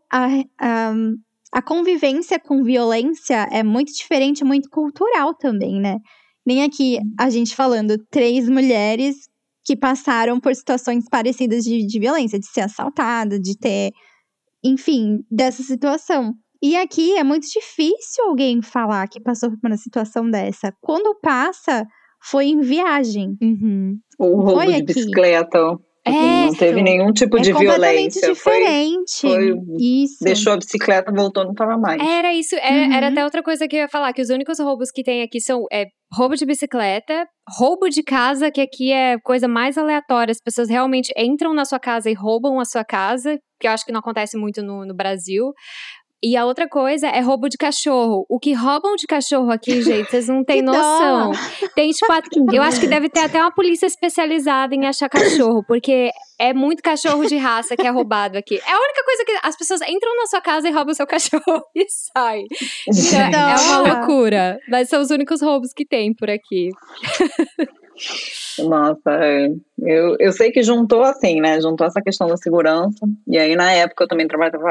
S1: a convivência com violência é muito diferente, muito cultural também, né? Nem aqui a gente falando 3 mulheres que passaram por situações parecidas de violência, de ser assaltada, de ter, enfim, dessa situação. E aqui é muito difícil alguém falar que passou por uma situação dessa. Quando passa, foi em viagem.
S3: O roubo de bicicleta. Não teve nenhum tipo de violência.
S1: É completamente diferente. Isso.
S3: Deixou a bicicleta, voltou, não tava mais.
S2: Era isso, era até outra coisa que eu ia falar, que os únicos roubos que tem aqui são roubo de bicicleta, roubo de casa, que aqui é coisa mais aleatória, as pessoas realmente entram na sua casa e roubam a sua casa, que eu acho que não acontece muito no Brasil. E a outra coisa é roubo de cachorro. O que roubam de cachorro aqui, gente, vocês não têm noção. Tem, tipo, eu acho que deve ter até uma polícia especializada em achar cachorro, porque é muito cachorro de raça que é roubado aqui. É a única coisa que as pessoas entram na sua casa e roubam o seu cachorro e saem. Então, é uma loucura. Mas são os únicos roubos que tem por aqui.
S3: Nossa, eu sei que juntou assim, né? Juntou essa questão da segurança. E aí, na época, eu também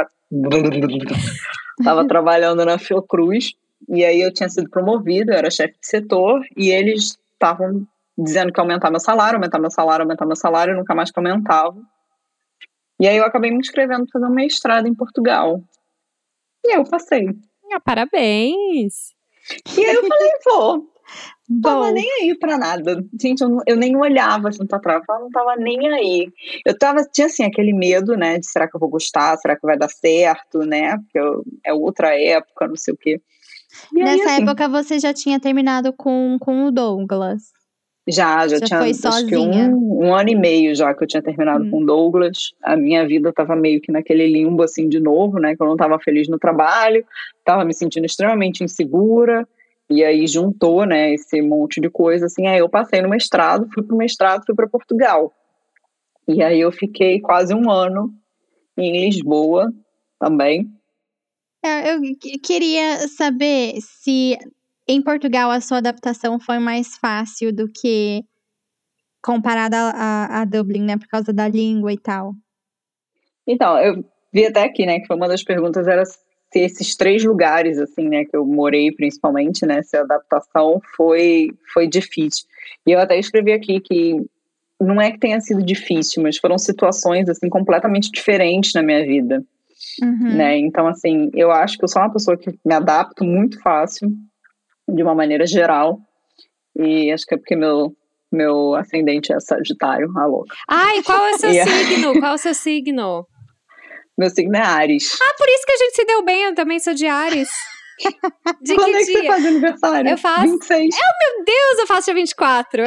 S3: tava trabalhando na Fiocruz. E aí, eu tinha sido promovida, eu era chefe de setor. E eles estavam dizendo que ia aumentar meu salário, e nunca mais que aumentava. E aí, eu acabei me inscrevendo para fazer um mestrado em Portugal. E aí, eu passei.
S2: Parabéns!
S3: E aí, eu falei, vou. Não tava nem aí pra nada. Gente, eu nem olhava assim pra trás, eu não tava nem aí. Tinha assim aquele medo, né, de será que eu vou gostar, será que vai dar certo, né, porque é outra época, não sei o quê.
S1: E nessa época você já tinha terminado com o Douglas.
S3: Já
S1: Já
S3: tinha
S1: foi
S3: acho que
S1: sozinha?
S3: um ano e meio já que eu tinha terminado com o Douglas. A minha vida tava meio que naquele limbo assim de novo, né? Que eu não tava feliz no trabalho, tava me sentindo extremamente insegura. E aí juntou, né, esse monte de coisa assim. Aí eu passei no mestrado, fui pro mestrado, fui para Portugal. E aí eu fiquei quase um ano em Lisboa também.
S1: Eu queria saber se em Portugal a sua adaptação foi mais fácil do que comparada a Dublin, né? Por causa da língua e tal.
S3: Então, eu vi até aqui, né, que foi uma das perguntas era se esses 3 lugares, assim, né, que eu morei principalmente, né, se a adaptação foi difícil. E eu até escrevi aqui que não é que tenha sido difícil, mas foram situações, assim, completamente diferentes na minha vida, né? Então, assim, eu acho que eu sou uma pessoa que me adapto muito fácil, de uma maneira geral, e acho que é porque meu ascendente é Sagitário, a louca.
S2: Ai, qual é o seu signo? Qual é o seu signo?
S3: Meu signo é Áries.
S2: Ah, por isso que a gente se deu bem, eu também sou de Áries. De
S3: Quando
S2: que
S3: é que
S2: dia?
S3: você faz aniversário?
S2: Eu faço.
S3: 26.
S2: Meu Deus, eu faço dia 24.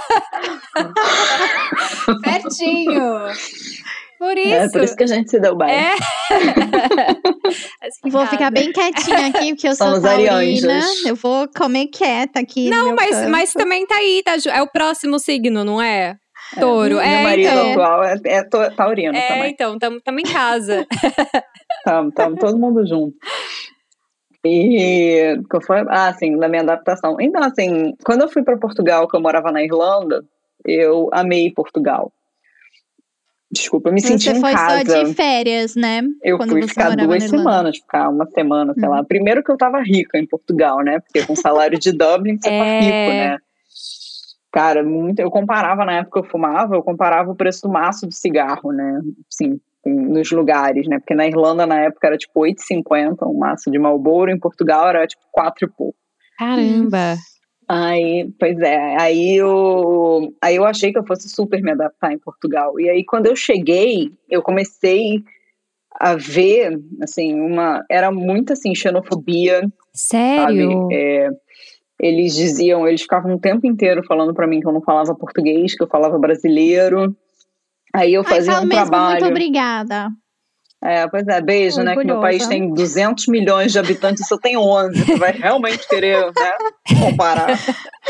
S2: Pertinho. Por isso.
S3: É, por isso que a gente se deu bem.
S2: É.
S1: Vou ficar bem quietinha aqui, porque eu
S3: Somos
S1: sou taurina.
S3: arianjas.
S1: Eu vou comer quieta aqui no
S2: Não,
S1: meu canto.
S2: mas também tá aí, tá? É o próximo signo, não é? Touro.
S3: Meu marido
S2: então.
S3: atual é taurino também.
S2: Então, tamo em casa.
S3: Tamo todo mundo junto. E que foi, assim, da minha adaptação. Então, assim, quando eu fui para Portugal, que eu morava na Irlanda, eu amei Portugal. Desculpa, eu me senti em casa.
S1: Você foi só de férias, né?
S3: Eu
S1: quando
S3: fui
S1: você
S3: ficar
S1: morava
S3: 2
S1: na Irlanda.
S3: semanas, ficar uma semana, sei lá. Primeiro que eu tava rica em Portugal, né? Porque com o salário de Dublin você tá rico, né? Cara, eu comparava, na época que eu fumava, eu comparava o preço do maço de cigarro, né? Assim, nos lugares, né? Porque na Irlanda, na época, era tipo 8,50 um maço de Marlboro, em Portugal era tipo 4 e pouco.
S2: Caramba!
S3: Aí, pois é, aí eu achei que eu fosse super me adaptar em Portugal. E aí, quando eu cheguei, eu comecei a ver, assim, era muito, assim, xenofobia.
S2: Sério?
S3: Sabe? Eles ficavam o tempo inteiro falando pra mim que eu não falava português, que eu falava brasileiro. Aí eu fazia um trabalho.
S1: Muito obrigada.
S3: Pois é, beijo, né? Que meu país tem 200 milhões de habitantes e só tem 11. Você vai realmente querer, né, comparar?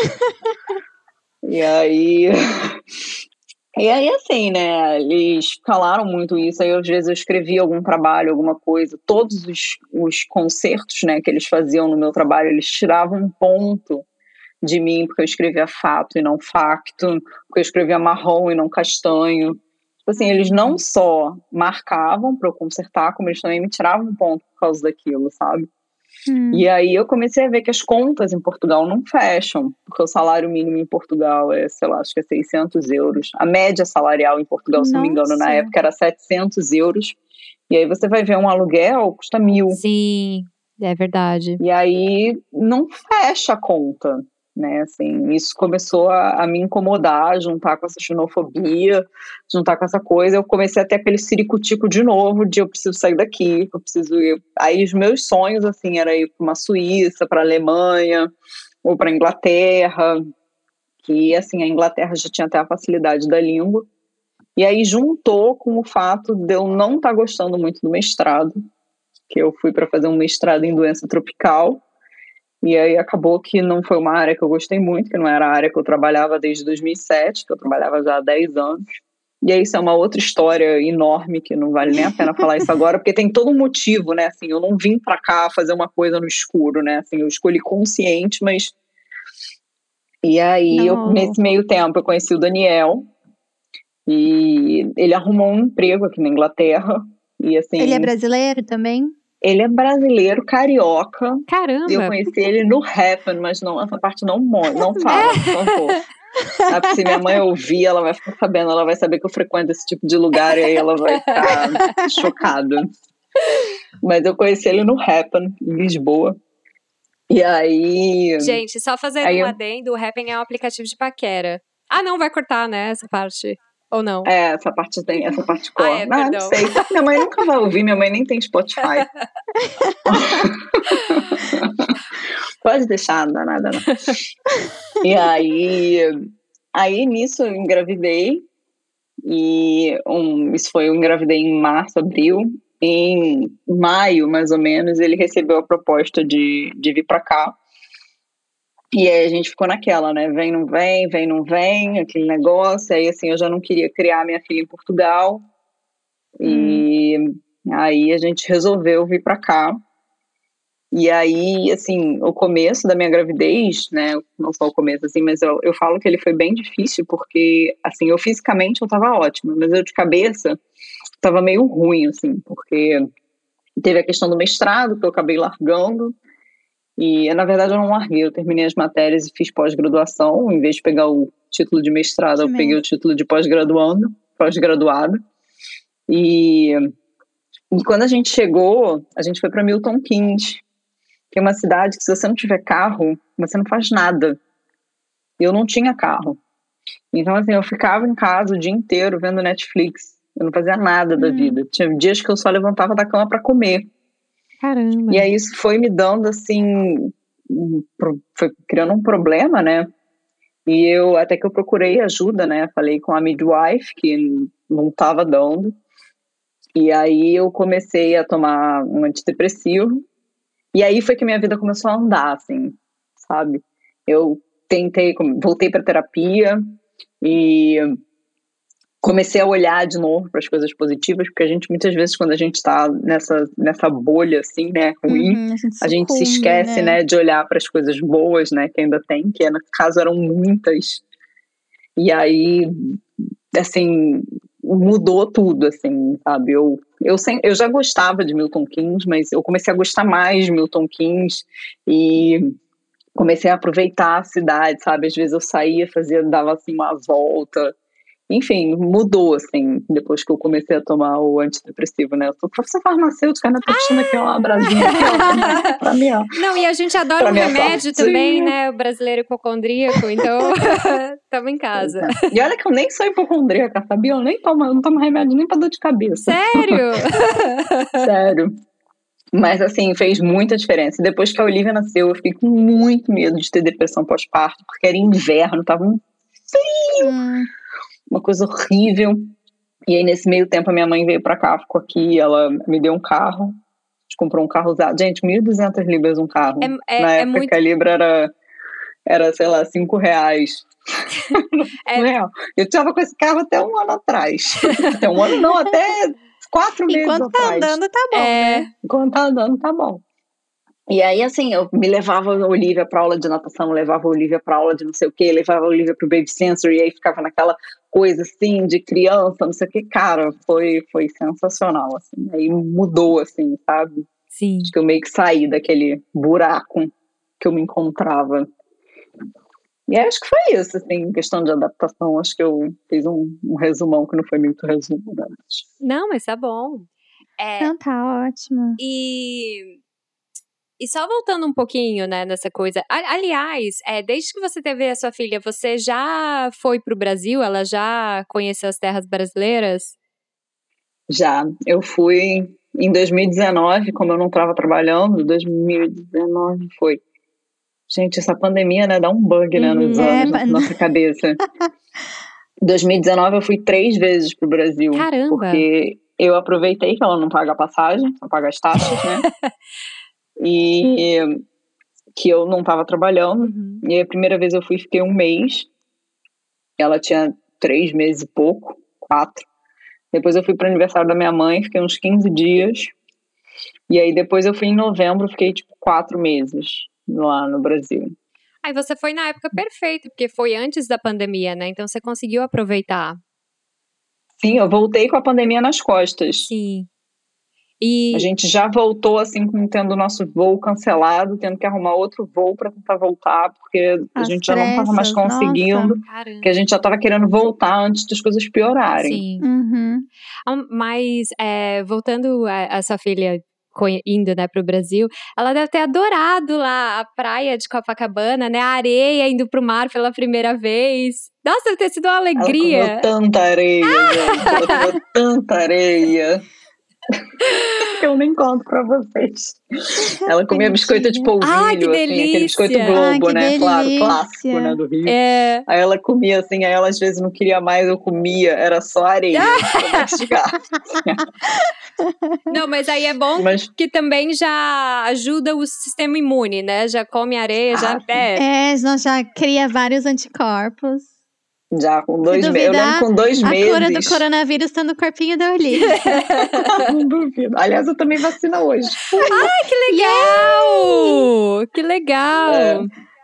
S3: E aí, assim, né? Eles falaram muito isso. Aí, às vezes, eu escrevia algum trabalho, alguma coisa. Todos os concertos, né, que eles faziam no meu trabalho, eles tiravam um ponto de mim, porque eu escrevia fato e não facto, porque eu escrevia marrom e não castanho. Tipo assim, eles não só marcavam para eu consertar, como eles também me tiravam um ponto por causa daquilo, sabe? E aí eu comecei a ver que as contas em Portugal não fecham, porque o salário mínimo em Portugal é, sei lá, acho que é 600 euros. A média salarial em Portugal, se não me engano, na época era 700 euros. E aí você vai ver um aluguel, custa 1.000.
S2: Sim, é verdade.
S3: E aí não fecha a conta, né? Assim, isso começou a me incomodar, juntar com essa xenofobia, juntar com essa coisa. Eu comecei a ter aquele ciricutico de novo, de eu preciso sair daqui, eu preciso ir. Aí os meus sonhos, assim, era ir para uma Suíça, para a Alemanha, ou para a Inglaterra, que, assim, a Inglaterra já tinha até a facilidade da língua. E aí juntou com o fato de eu não estar gostando muito do mestrado, que eu fui para fazer um mestrado em doença tropical. E aí acabou que não foi uma área que eu gostei muito, que não era a área que eu trabalhava desde 2007, que eu trabalhava já há 10 anos. E aí isso é uma outra história enorme, que não vale nem a pena falar isso agora, porque tem todo um motivo, né? Assim, eu não vim pra cá fazer uma coisa no escuro, né? Assim, eu escolhi consciente, mas... E aí, nesse meio tempo, eu conheci o Daniel, e ele arrumou um emprego aqui na Inglaterra. E, assim,
S1: ele é brasileiro também?
S3: Ele é brasileiro, carioca.
S2: Caramba!
S3: Eu conheci ele no Happen, mas não, essa parte não fala, por favor. Se minha mãe ouvir, ela vai ficar sabendo, ela vai saber que eu frequento esse tipo de lugar e aí ela vai ficar chocada. Mas eu conheci ele no Happen, em Lisboa. E aí...
S2: Gente, só fazendo um adendo, o Happen é um aplicativo de paquera. Ah, não, vai cortar, né, essa parte. Ou não?
S3: Essa parte corta.
S2: Perdão.
S3: Não sei. Minha mãe nunca vai ouvir, minha mãe nem tem Spotify. Pode deixar, não dá nada não. E aí Aí, nisso, eu engravidei. E eu engravidei em março, abril. Em maio, mais ou menos, ele recebeu a proposta de vir para cá. E aí a gente ficou naquela, né? Vem, não vem, aquele negócio. Aí, assim, eu já não queria criar minha filha em Portugal. E aí a gente resolveu vir para cá. E aí, assim, o começo da minha gravidez, né? Não só o começo, assim, mas eu falo que ele foi bem difícil, porque, assim, eu fisicamente eu tava ótima, mas eu de cabeça tava meio ruim, assim, porque teve a questão do mestrado, que eu acabei largando. E, na verdade, eu não larguei, eu terminei as matérias e fiz pós-graduação. Em vez de pegar o título de mestrado, eu peguei o título de pós-graduada. E quando a gente chegou, a gente foi para Milton Keynes, que é uma cidade que, se você não tiver carro, você não faz nada. Eu não tinha carro. Então, assim, eu ficava em casa o dia inteiro vendo Netflix. Eu não fazia nada da vida. Tinha dias que eu só levantava da cama para comer.
S2: Caramba.
S3: E aí isso foi me dando, assim, foi criando um problema, né? E até que eu procurei ajuda, né? Falei com a midwife, que não estava dando. E aí eu comecei a tomar um antidepressivo. E aí foi que minha vida começou a andar, assim, sabe? Eu voltei para terapia e comecei a olhar de novo para as coisas positivas, porque a gente, muitas vezes, quando a gente está nessa bolha, assim, né, ruim, a gente se esquece, né, de olhar para as coisas boas, né, que ainda tem, que no caso eram muitas. E aí, assim, mudou tudo, assim, sabe? Eu já gostava de Milton Keynes, mas eu comecei a gostar mais de Milton Keynes e comecei a aproveitar a cidade, sabe? Às vezes eu saía, dava assim uma volta. Enfim, mudou, assim, depois que eu comecei a tomar o antidepressivo, né? Eu sou professora farmacêutica, né? Tô puxando aqui uma brasinha aqui, ó, pra mim, ó.
S2: Não, e a gente adora um remédio também, né? O brasileiro hipocondríaco, então estamos em casa.
S3: E olha que eu nem sou hipocondríaca, sabia? Eu não tomo remédio nem pra dor de cabeça.
S2: Sério?
S3: Sério. Mas, assim, fez muita diferença. Depois que a Olivia nasceu, eu fiquei com muito medo de ter depressão pós-parto, porque era inverno, tava um frio. Uma coisa horrível. E aí, nesse meio tempo, a minha mãe veio pra cá, ficou aqui, ela me deu um carro. A gente comprou um carro usado. Gente, 1.200 libras um carro. Na época muito... que a libra era, sei lá, R$5. Real. Eu tava com esse carro até um ano atrás. Até um ano, não, até 4 meses atrás.
S1: Enquanto tá andando, tá bom, né?
S3: Enquanto tá andando, tá bom. E aí, assim, eu me levava a Olivia pra aula de natação, levava a Olivia pra aula de não sei o quê, levava a Olivia pro Baby Sensory, e aí ficava naquela coisa, assim, de criança, não sei o quê. Cara, foi sensacional, assim. Aí mudou, assim, sabe?
S2: Sim.
S3: Acho que eu meio que saí daquele buraco que eu me encontrava. E acho que foi isso, assim, em questão de adaptação. Acho que eu fiz um resumão que não foi muito resumo, né?
S2: Não, mas tá bom.
S1: Não, tá ótimo.
S2: E só voltando um pouquinho, né, nessa coisa. Aliás, desde que você teve a sua filha, você já foi pro Brasil? Ela já conheceu as terras brasileiras?
S3: Já. Eu fui em 2019, como eu não estava trabalhando, 2019 foi. Gente, essa pandemia, né, dá um bug, né, nos anos, na nossa cabeça. Em 2019 eu fui 3 vezes pro Brasil.
S2: Caramba!
S3: Porque eu aproveitei que ela não paga a passagem, só paga as taxas, né? E que eu não estava trabalhando. E aí, a primeira vez eu fui, fiquei 1 mês. Ela tinha 3 meses e pouco, 4. Depois eu fui para o aniversário da minha mãe, fiquei uns 15 dias. E aí depois eu fui em novembro, fiquei tipo 4 meses lá no Brasil.
S2: Aí você foi na época perfeita, porque foi antes da pandemia, né? Então você conseguiu aproveitar.
S3: Sim, eu voltei com a pandemia nas costas.
S2: Sim.
S3: A gente já voltou, assim, tendo o nosso voo cancelado, tendo que arrumar outro voo para tentar voltar, porque a gente já não estava mais conseguindo, porque a gente já estava querendo voltar antes das coisas piorarem.
S2: Sim. Mas, voltando a sua filha indo, né, pro Brasil, ela deve ter adorado lá a praia de Copacabana, né, a areia, indo pro mar pela primeira vez. Nossa, deve ter sido uma alegria.
S3: Ela comeu tanta areia, gente. Ela comeu tanta areia. que eu nem conto pra vocês. Ela comia biscoito de polvilho,
S2: Ai, que
S3: assim, aquele
S2: delícia!
S3: biscoito
S1: Ai,
S3: Globo,
S1: que
S3: né? Claro,
S1: delícia!
S3: clássico, né, do Rio.
S2: É.
S3: Aí ela comia assim, aí ela às vezes não queria mais, eu comia, era só areia pra mastigar.
S2: Não, mas aí é bom
S3: Mas,
S2: que também já ajuda o sistema imune, né? Já come areia, já...
S3: sim.
S1: Nós já cria vários anticorpos.
S3: Já com
S1: Se
S3: 2 meses. Eu lembro
S1: duvidar,
S3: com 2
S1: a
S3: meses.
S1: cura do coronavírus tá no corpinho da Olivia.
S3: Não duvido. Aliás, eu também vacina hoje.
S2: Ai, que legal! Que legal!
S3: É.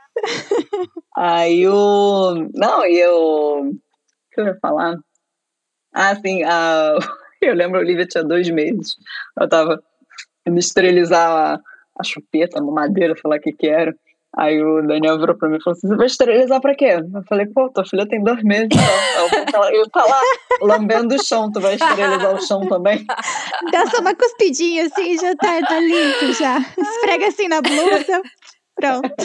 S3: Aí o. Não, e eu. O que eu ia falar? Ah, sim. Eu lembro, a Olivia tinha 2 meses. Eu tava indo esterilizar a chupeta, a mamadeira, sei lá o que era. Aí o Daniel virou pra mim e falou assim: você vai esterilizar pra quê? Eu falei: pô, tua filha tem 2 meses. Então. Eu tá lá lambendo o chão, tu vai esterilizar o chão também?
S1: Dá só uma cuspidinha assim, já tá limpo já. Esfrega assim na blusa. Pronto.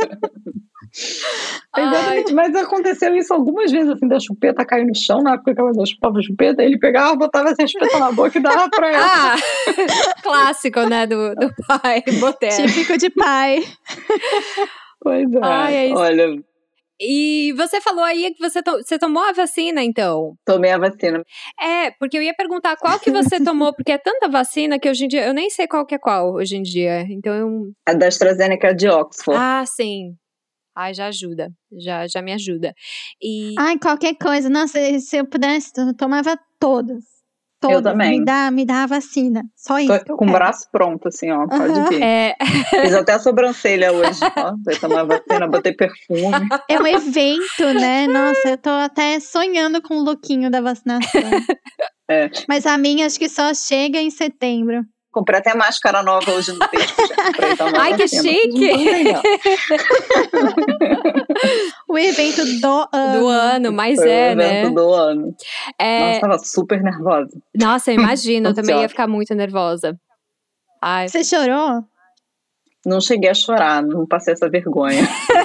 S3: Exatamente, mas aconteceu isso algumas vezes, assim, da chupeta cair no chão, na época que ela chupava a chupeta, ele pegava, botava essa chupeta na boca e dava pra ela.
S2: Ah! Clássico, né, do pai boteco.
S1: Típico de pai.
S3: Pois é,
S2: Ai, é isso.
S3: olha,
S2: E você falou aí que você tomou a vacina, então.
S3: tomei a vacina.
S2: É, porque eu ia perguntar qual que você tomou, porque é tanta vacina que hoje em dia, eu nem sei qual que é qual hoje em dia. Então
S3: A da AstraZeneca de Oxford.
S2: Ah, sim. Ai, já ajuda. Já me ajuda. E
S1: Ai, qualquer coisa. Nossa, se eu pudesse, eu tomava todas.
S3: Eu também.
S1: Me dá a vacina. Só isso que
S3: Tô
S1: eu
S3: com o
S1: quero.
S3: braço pronto, assim, ó, pode vir.
S2: é,
S3: Fiz até a sobrancelha hoje, ó, vai tomar vacina, botei perfume.
S1: É um evento, né? Nossa, eu tô até sonhando com o lookinho da vacinação.
S3: É.
S1: Mas a minha acho que só chega em setembro.
S3: Comprei até máscara nova hoje no Tesco, gente, pra ir tomar
S2: Ai, que
S3: vacina.
S2: chique!
S1: O evento do ano.
S2: Do ano, mas
S3: Foi o
S2: né?
S3: evento do ano.
S2: É,
S3: Nossa, tava super nervosa.
S2: Nossa, eu imagino, eu também ia
S3: Ansiosa.
S2: ficar muito nervosa. Ai.
S1: Você chorou?
S3: Não cheguei a chorar, não passei essa vergonha.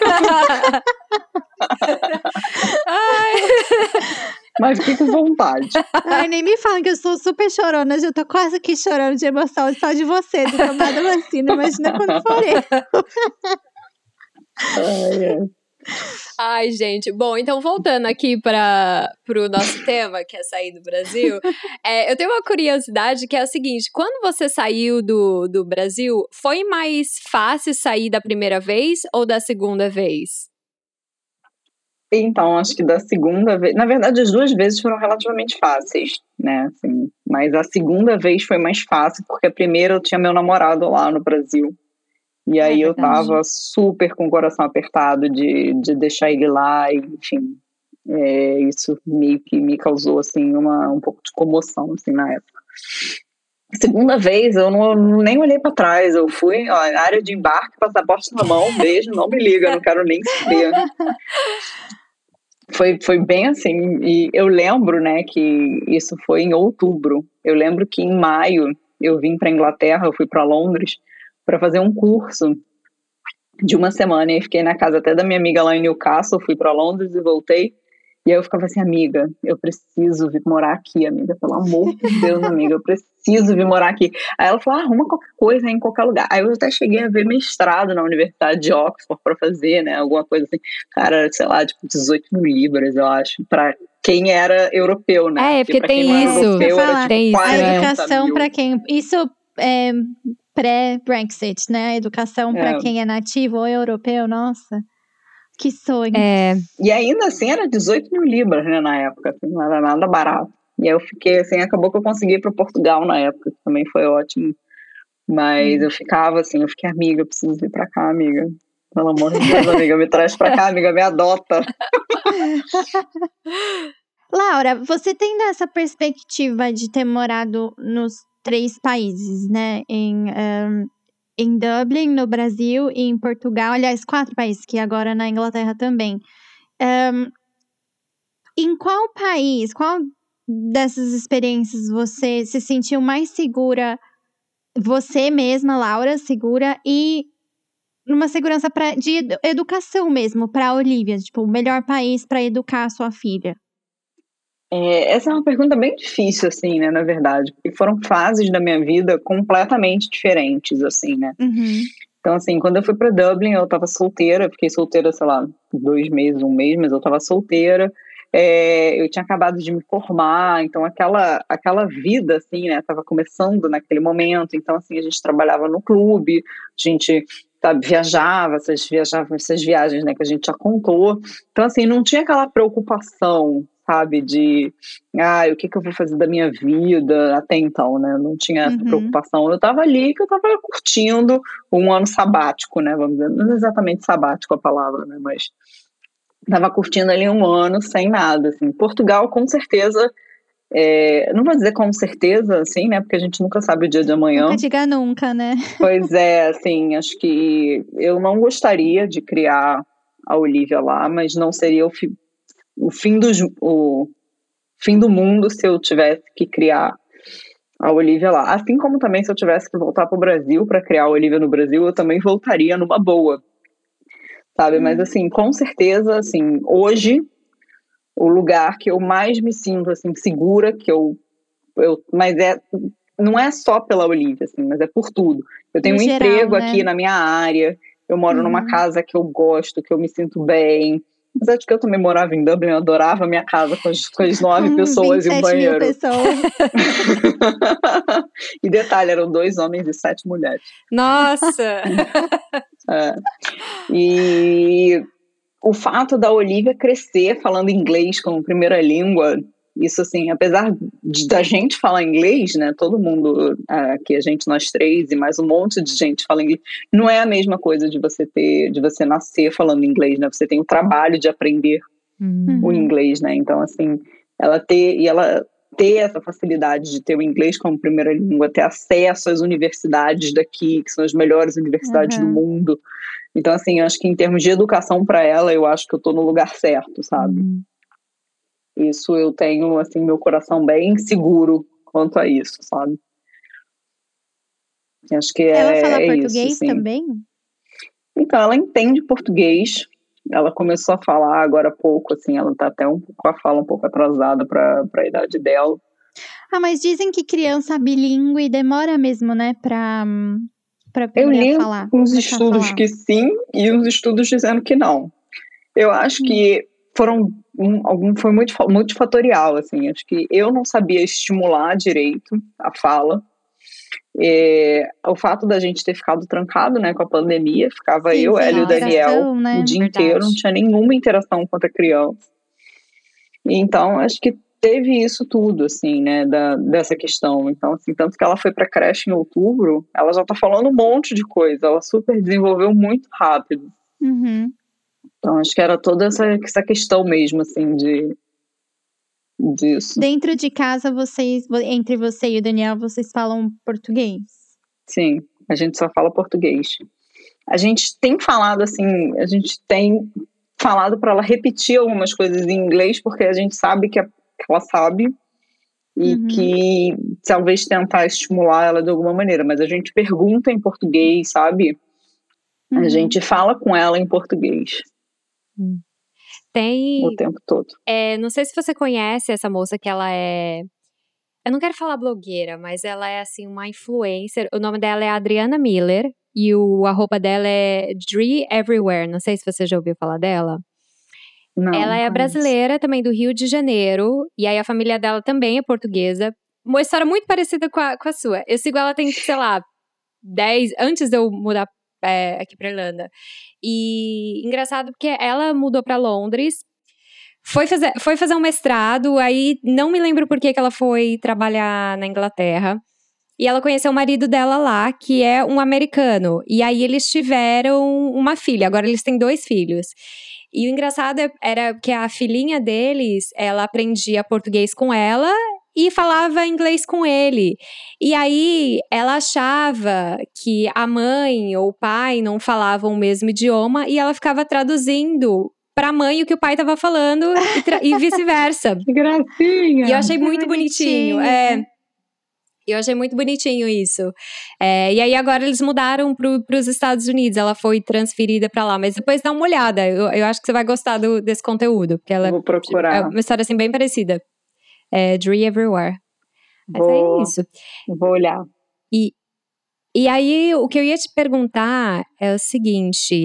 S2: Ai.
S3: Mas fiquei com vontade.
S1: Ai, nem me falam que eu sou super chorona. Já tô quase aqui chorando de emoção só de você, de tomar a vacina. Imagina quando for eu.
S2: Ai, gente. Bom, então voltando aqui para o nosso tema, que é sair do Brasil, eu tenho uma curiosidade que é o seguinte: quando você saiu do Brasil, foi mais fácil sair da primeira vez ou da segunda vez?
S3: Então, acho que da segunda vez... Na verdade, as 2 vezes foram relativamente fáceis, né? Assim, mas a segunda vez foi mais fácil, porque a primeira eu tinha meu namorado lá no Brasil. E aí eu tava super com o coração apertado de deixar ele lá, e, enfim. Isso meio que me causou, assim, um pouco de comoção, assim, na época. Segunda vez, eu nem olhei pra trás, eu fui, ó, área de embarque, passaporte na mão, beijo, não me liga, não quero nem saber. Foi bem assim, e eu lembro, né, que isso foi em outubro. Eu lembro que em maio eu vim pra Inglaterra, eu fui pra Londres para fazer um curso de 1 semana, e fiquei na casa até da minha amiga lá em Newcastle, fui pra Londres e voltei. E aí eu ficava assim: amiga, eu preciso vir morar aqui, amiga, pelo amor de Deus, amiga, eu preciso vir morar aqui. Aí ela falou: arruma qualquer coisa em qualquer lugar. Aí eu até cheguei a ver mestrado na Universidade de Oxford pra fazer, né, alguma coisa assim. Cara, sei lá, tipo 18 mil libras, eu acho, pra quem era europeu, né?
S2: Porque
S3: pra
S2: tem
S3: quem não era
S2: isso.
S3: europeu, era tipo
S2: Tem isso,
S3: 40
S1: A educação
S3: mil.
S1: para quem... Isso é pré-Brexit, né? A educação para quem é nativo ou europeu, nossa... Que sonho.
S3: E ainda assim era 18 mil libras, né, na época, assim, não era nada barato. E aí eu fiquei assim, acabou que eu consegui ir para Portugal na época, que também foi ótimo. Mas eu ficava assim, eu fiquei: amiga, eu preciso vir pra cá, amiga. Pelo amor de Deus, amiga, me traz pra cá, amiga, me adota.
S1: Laura, você tendo essa perspectiva de ter morado nos 3 países, né? Em Dublin, no Brasil, e em Portugal, aliás, 4 países, que agora na Inglaterra também. Em qual país, qual dessas experiências você se sentiu mais segura, você mesma, Laura, segura, e numa segurança de educação mesmo, para a Olivia, tipo, o melhor país para educar a sua filha?
S3: Essa é uma pergunta bem difícil, assim, né, na verdade, porque foram fases da minha vida completamente diferentes, assim, né.
S1: Uhum.
S3: Então, assim, quando eu fui para Dublin, eu tava solteira, fiquei solteira, sei lá, 2 meses, 1 mês, mas eu tava solteira. Eu tinha acabado de me formar, então aquela vida, assim, né, tava começando naquele momento. Então, assim, a gente trabalhava no clube, a gente, sabe, viajava essas viagens, né, que a gente já contou. Então, assim, não tinha aquela preocupação, sabe, de o que eu vou fazer da minha vida até então, né? Não tinha essa preocupação. Eu tava ali que eu tava curtindo um ano sabático, né? Vamos dizer, não é exatamente sabático a palavra, né? Mas tava curtindo ali um ano sem nada, assim. Portugal, com certeza, não vou dizer com certeza, assim, né? Porque a gente nunca sabe o dia de amanhã.
S1: Nunca diga nunca, né?
S3: Pois é, assim, acho que eu não gostaria de criar a Olivia lá, mas não seria o fim do mundo se eu tivesse que criar a Olivia lá. Assim como também se eu tivesse que voltar para o Brasil para criar a Olivia no Brasil, eu também voltaria numa boa, sabe? Mas assim, com certeza, assim, hoje o lugar que eu mais me sinto assim segura, mas não é só pela Olivia, assim, mas é por tudo. Eu tenho
S1: No
S3: um
S1: geral,
S3: emprego
S1: né?
S3: aqui na minha área, eu moro numa casa que eu gosto, que eu me sinto bem. Apesar de que eu também morava em Dublin, eu adorava a minha casa com as 9
S1: Com
S3: pessoas e um
S1: 27 mil
S3: banheiro.
S1: pessoas.
S3: E detalhe, eram 2 homens e 7 mulheres.
S2: Nossa!
S3: E o fato da Olivia crescer falando inglês como primeira língua, isso assim, apesar da gente falar inglês, né, todo mundo aqui, nós três e mais um monte de gente fala inglês, não é a mesma coisa de você nascer falando inglês, né, você tem o trabalho de aprender o inglês, né, então assim, ela ter essa facilidade de ter o inglês como primeira língua, ter acesso às universidades daqui, que são as melhores universidades do mundo. Então, assim, eu acho que em termos de educação para ela, eu acho que eu tô no lugar certo, sabe? Isso eu tenho, assim, meu coração bem seguro quanto a isso, sabe? Acho que
S1: Ela fala
S3: isso,
S1: português
S3: assim.
S1: também?
S3: Então, ela entende português. Ela começou a falar agora há pouco, assim, ela tá até com a fala um pouco atrasada para a idade dela.
S1: Mas dizem que criança bilíngue demora mesmo, né, pra
S3: Eu
S1: aprender
S3: li
S1: a falar.
S3: uns estudos que sim e uns estudos dizendo que não. Eu acho que foi muito multifatorial, assim. Acho que eu não sabia estimular direito a fala. O fato da gente ter ficado trancado, né, com a pandemia, ficava eu, ela e o Daniel
S1: né?
S3: o dia inteiro, não tinha nenhuma interação com a criança. Então, acho que teve isso tudo, assim, né, dessa questão. Então, assim, tanto que ela foi pra creche em outubro, ela já tá falando um monte de coisa, ela super desenvolveu muito rápido. Então, acho que era toda essa questão mesmo, assim, disso.
S1: Dentro de casa, entre você e o Daniel, vocês falam português?
S3: Sim, a gente só fala português. A gente tem falado, assim, para ela repetir algumas coisas em inglês, porque a gente sabe que ela sabe e que talvez tentar estimular ela de alguma maneira, mas a gente pergunta em português, sabe? A gente fala com ela em português. O tempo todo.
S2: Não sei se você conhece essa moça que ela é... Eu não quero falar blogueira, mas ela é, assim, uma influencer. O nome dela é Adriana Miller e o arroba dela é Dree Everywhere. Não sei se você já ouviu falar dela.
S3: Não,
S2: ela é brasileira, também do Rio de Janeiro. E aí a família dela também é portuguesa. Uma história muito parecida com a sua. Eu sigo ela tem, sei lá, 10... Antes de eu mudar aqui pra Irlanda. E engraçado porque ela mudou pra Londres. Foi fazer um mestrado, aí não me lembro por que ela foi trabalhar na Inglaterra. E ela conheceu o marido dela lá, que é um americano. E aí eles tiveram uma filha, agora eles têm 2 filhos. E o engraçado era que a filhinha deles, ela aprendia português com ela e falava inglês com ele. E aí ela achava que a mãe ou o pai não falavam o mesmo idioma e ela ficava traduzindo pra mãe o que o pai tava falando e vice-versa.
S3: Que gracinha!
S2: E eu achei muito bonitinho. Eu achei muito bonitinho isso. E aí agora eles mudaram pros Estados Unidos. Ela foi transferida pra lá. Mas depois dá uma olhada. Eu acho que você vai gostar desse conteúdo. Porque ela
S3: Vou procurar.
S2: é uma história assim bem parecida. Dre Everywhere. Mas é isso.
S3: Vou olhar.
S2: E aí, o que eu ia te perguntar é o seguinte,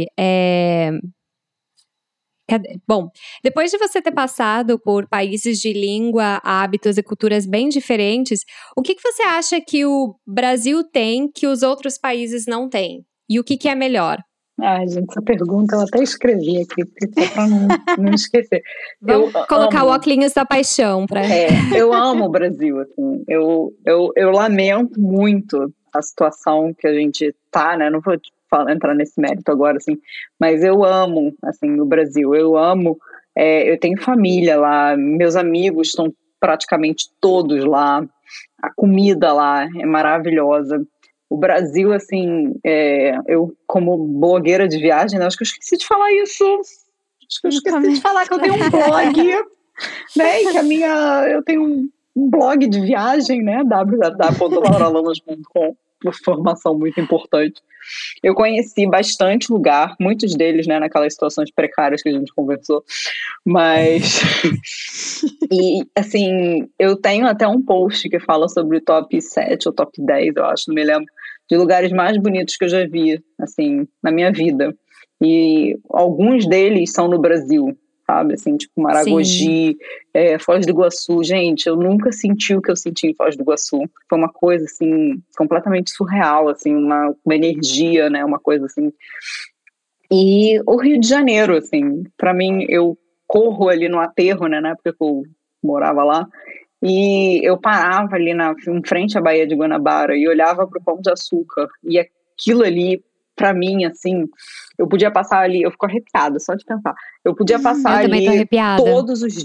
S2: Bom, depois de você ter passado por países de língua, hábitos e culturas bem diferentes, o que você acha que o Brasil tem que os outros países não têm? E o que é melhor?
S3: Gente, essa pergunta eu até escrevi aqui, só para não esquecer.
S2: Vamos colocar o óculos da paixão.
S3: Eu amo o Brasil, assim. Eu lamento muito a situação que a gente tá, né? Não vou entrar nesse mérito agora, assim, mas eu amo, assim, o Brasil. Eu amo, eu tenho família lá, meus amigos estão praticamente todos lá, a comida lá é maravilhosa. O Brasil, assim, eu como blogueira de viagem, né, acho que eu esqueci de falar isso. Acho que eu esqueci de falar que eu tenho um blog, né, e que eu tenho um blog de viagem, né, www.lauralamas.com, uma formação muito importante. Eu conheci bastante lugar, muitos deles, né, naquelas situações precárias que a gente conversou, mas e assim, eu tenho até um post que fala sobre o top 7 ou top 10, eu acho, não me lembro, de lugares mais bonitos que eu já vi, assim, na minha vida. E alguns deles são no Brasil, sabe, assim, tipo Maragogi, Foz do Iguaçu. Gente, eu nunca senti o que eu senti em Foz do Iguaçu. Foi uma coisa, assim, completamente surreal, assim, uma energia, né, uma coisa assim. E o Rio de Janeiro, assim, para mim, eu corro ali no aterro, né, na época que eu morava lá, e eu parava ali em frente à Baía de Guanabara e olhava para o Pão de Açúcar, e aquilo ali, para mim, assim, eu podia passar ali, eu fico arrepiada só de pensar, eu podia passar ali todos os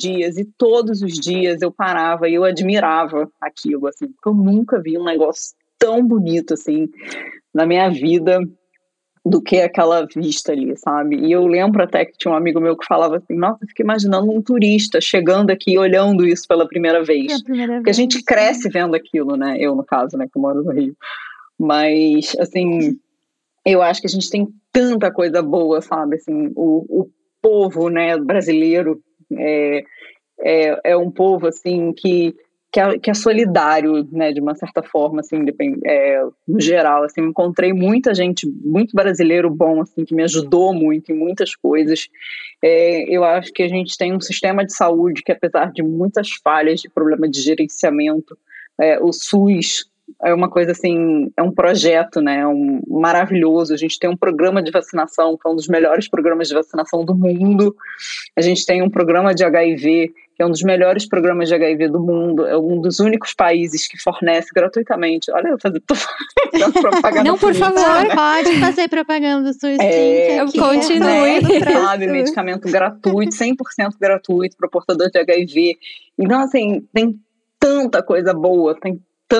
S3: dias eu parava e eu admirava aquilo, assim, porque eu nunca vi um negócio tão bonito, assim, na minha vida, do que aquela vista ali, sabe? E eu lembro até que tinha um amigo meu que falava assim, nossa, eu fico imaginando um turista chegando aqui olhando isso pela primeira vez. Porque a gente cresce vendo aquilo, né? Eu, no caso, né, que eu moro no Rio. Mas, assim, eu acho que a gente tem tanta coisa boa, sabe? Assim, o povo, né, brasileiro é um povo, assim, que é solidário, né, de uma certa forma, assim, no geral, assim, encontrei muita gente, muito brasileiro bom, assim, que me ajudou muito em muitas coisas. Eu acho que a gente tem um sistema de saúde que, apesar de muitas falhas, de problema de gerenciamento, o SUS é uma coisa assim, é um projeto, né, maravilhoso. A gente tem um programa de vacinação, que é um dos melhores programas de vacinação do mundo. A gente tem um programa de HIV, que é um dos melhores programas de HIV do mundo, é um dos únicos países que fornece gratuitamente. Olha, eu fazendo propaganda.
S2: Não, por favor,
S1: né? Pode fazer propaganda do SUS, sim.
S2: Continue.
S3: Sabe, medicamento gratuito, 100% gratuito para portador de HIV. Então, assim, tem tanta coisa boa, tem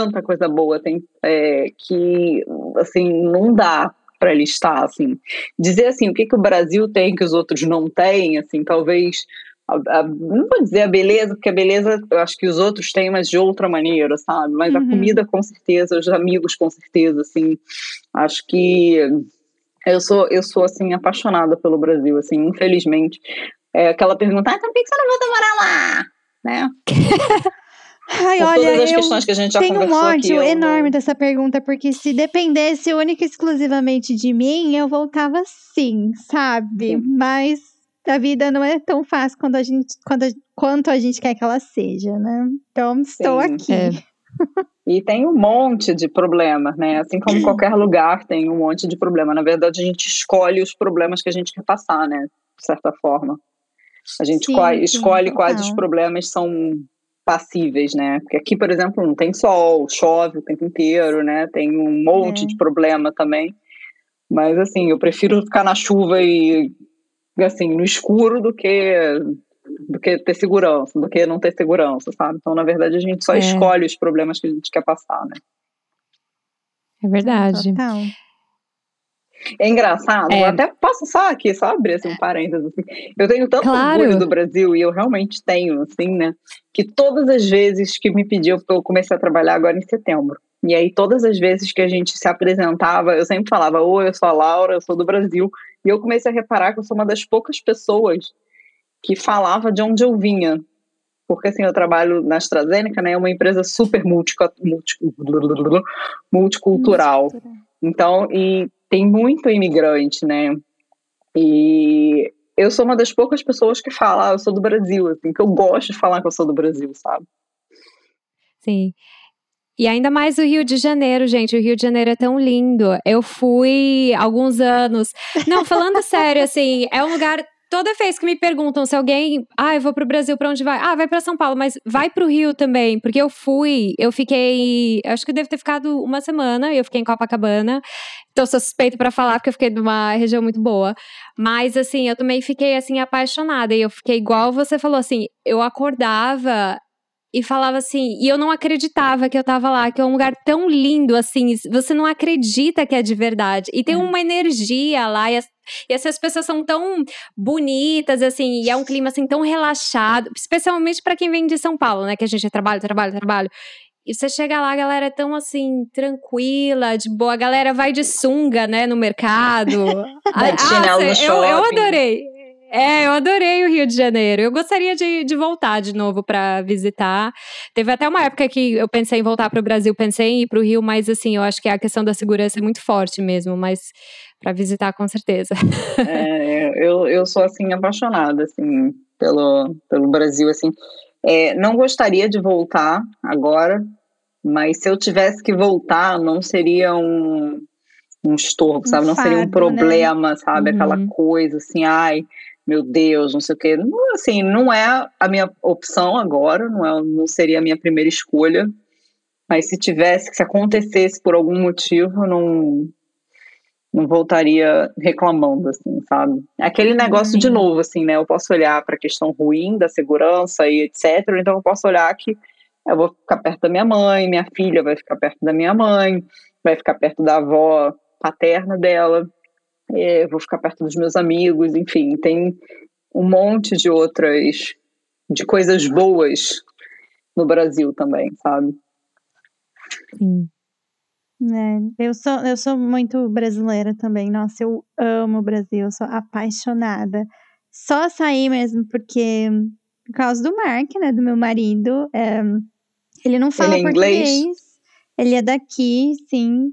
S3: que, assim, não dá para listar, assim. Dizer, assim, o que o Brasil tem que os outros não têm, assim, talvez, não vou dizer a beleza, porque a beleza eu acho que os outros têm, mas de outra maneira, sabe? Mas a comida, com certeza, os amigos, com certeza, assim, acho que eu sou assim, apaixonada pelo Brasil, assim, infelizmente. Aquela pergunta, então por que você não volta a morar lá? Né?
S1: Ai,
S3: por
S1: olha,
S3: todas as questões que a gente já conversou aqui.
S1: Tenho um ódio enorme dessa pergunta, porque se dependesse única e exclusivamente de mim, eu voltava sim, sabe? Sim. Mas a vida não é tão fácil quanto a gente quer que ela seja, né? Então, estou aqui.
S3: E tem um monte de problemas, né? Assim como qualquer lugar tem um monte de problema. Na verdade, a gente escolhe os problemas que a gente quer passar, né? De certa forma. A gente escolhe quais os problemas são passíveis, né? Porque aqui, por exemplo, não tem sol, chove o tempo inteiro, né? Tem um monte de problema também. Mas, assim, eu prefiro ficar na chuva e, assim, no escuro do que ter segurança, do que não ter segurança, sabe? Então, na verdade, a gente só escolhe os problemas que a gente quer passar, né?
S2: É verdade.
S1: Total.
S3: É engraçado, até posso só abrir assim, um parênteses. Assim. Eu tenho tanto orgulho do Brasil, e eu realmente tenho, assim, né? Que todas as vezes que me pediam, porque eu comecei a trabalhar agora em setembro, e aí todas as vezes que a gente se apresentava, eu sempre falava, oi, eu sou a Laura, eu sou do Brasil, e eu comecei a reparar que eu sou uma das poucas pessoas que falava de onde eu vinha, porque assim, eu trabalho na AstraZeneca, né, é uma empresa super multicultural. Então, e tem muito imigrante, né, e eu sou uma das poucas pessoas que fala, eu sou do Brasil, assim, que eu gosto de falar que eu sou do Brasil, sabe?
S2: Sim. E ainda mais o Rio de Janeiro, gente. O Rio de Janeiro é tão lindo. Eu fui há alguns anos. Não, falando sério, assim, é um lugar. Toda vez que me perguntam se alguém. Eu vou pro Brasil, pra onde vai? Vai pra São Paulo, mas vai pro Rio também. Porque eu fiquei. Acho que eu devo ter ficado uma semana. Eu fiquei em Copacabana. Então, sou suspeita pra falar, porque eu fiquei numa região muito boa. Mas, assim, eu também fiquei, assim, apaixonada. E eu fiquei igual você falou, assim, eu acordava e falava assim, e eu não acreditava que eu tava lá, que é um lugar tão lindo, assim, você não acredita que é de verdade. E tem uma energia lá, e essas pessoas são tão bonitas, assim, e é um clima, assim, tão relaxado, especialmente pra quem vem de São Paulo, né, que a gente é trabalho. E você chega lá, a galera é tão, assim, tranquila, de boa. A galera vai de sunga, né, no mercado.
S3: Chinelo no shopping.
S2: Eu adorei. Eu adorei o Rio de Janeiro. Eu gostaria de voltar de novo pra visitar. Teve até uma época que eu pensei em voltar pro Brasil, pensei em ir pro Rio, mas, assim, eu acho que a questão da segurança é muito forte mesmo. Mas pra visitar, com certeza.
S3: Eu sou, assim, apaixonada, assim, pelo Brasil, assim. Não gostaria de voltar agora, mas se eu tivesse que voltar, não seria um estorvo, sabe? Não seria um problema, né? Sabe?
S1: Uhum.
S3: Aquela coisa assim, ai, meu Deus, não sei o quê. Não, assim, não é a minha opção agora, não seria a minha primeira escolha, mas se acontecesse por algum motivo, não voltaria reclamando, assim, sabe? Aquele negócio de novo, assim, né? Eu posso olhar para a questão ruim da segurança e etc. Então eu posso olhar que eu vou ficar perto da minha mãe, minha filha vai ficar perto da minha mãe, vai ficar perto da avó paterna dela, vou ficar perto dos meus amigos, enfim, tem um monte de coisas boas no Brasil também, sabe?
S2: Sim.
S1: Eu sou muito brasileira também. Nossa, eu amo o Brasil, eu sou apaixonada. Só saí mesmo por causa do Mark, né, do meu marido. Ele não fala português. Ele é daqui, sim.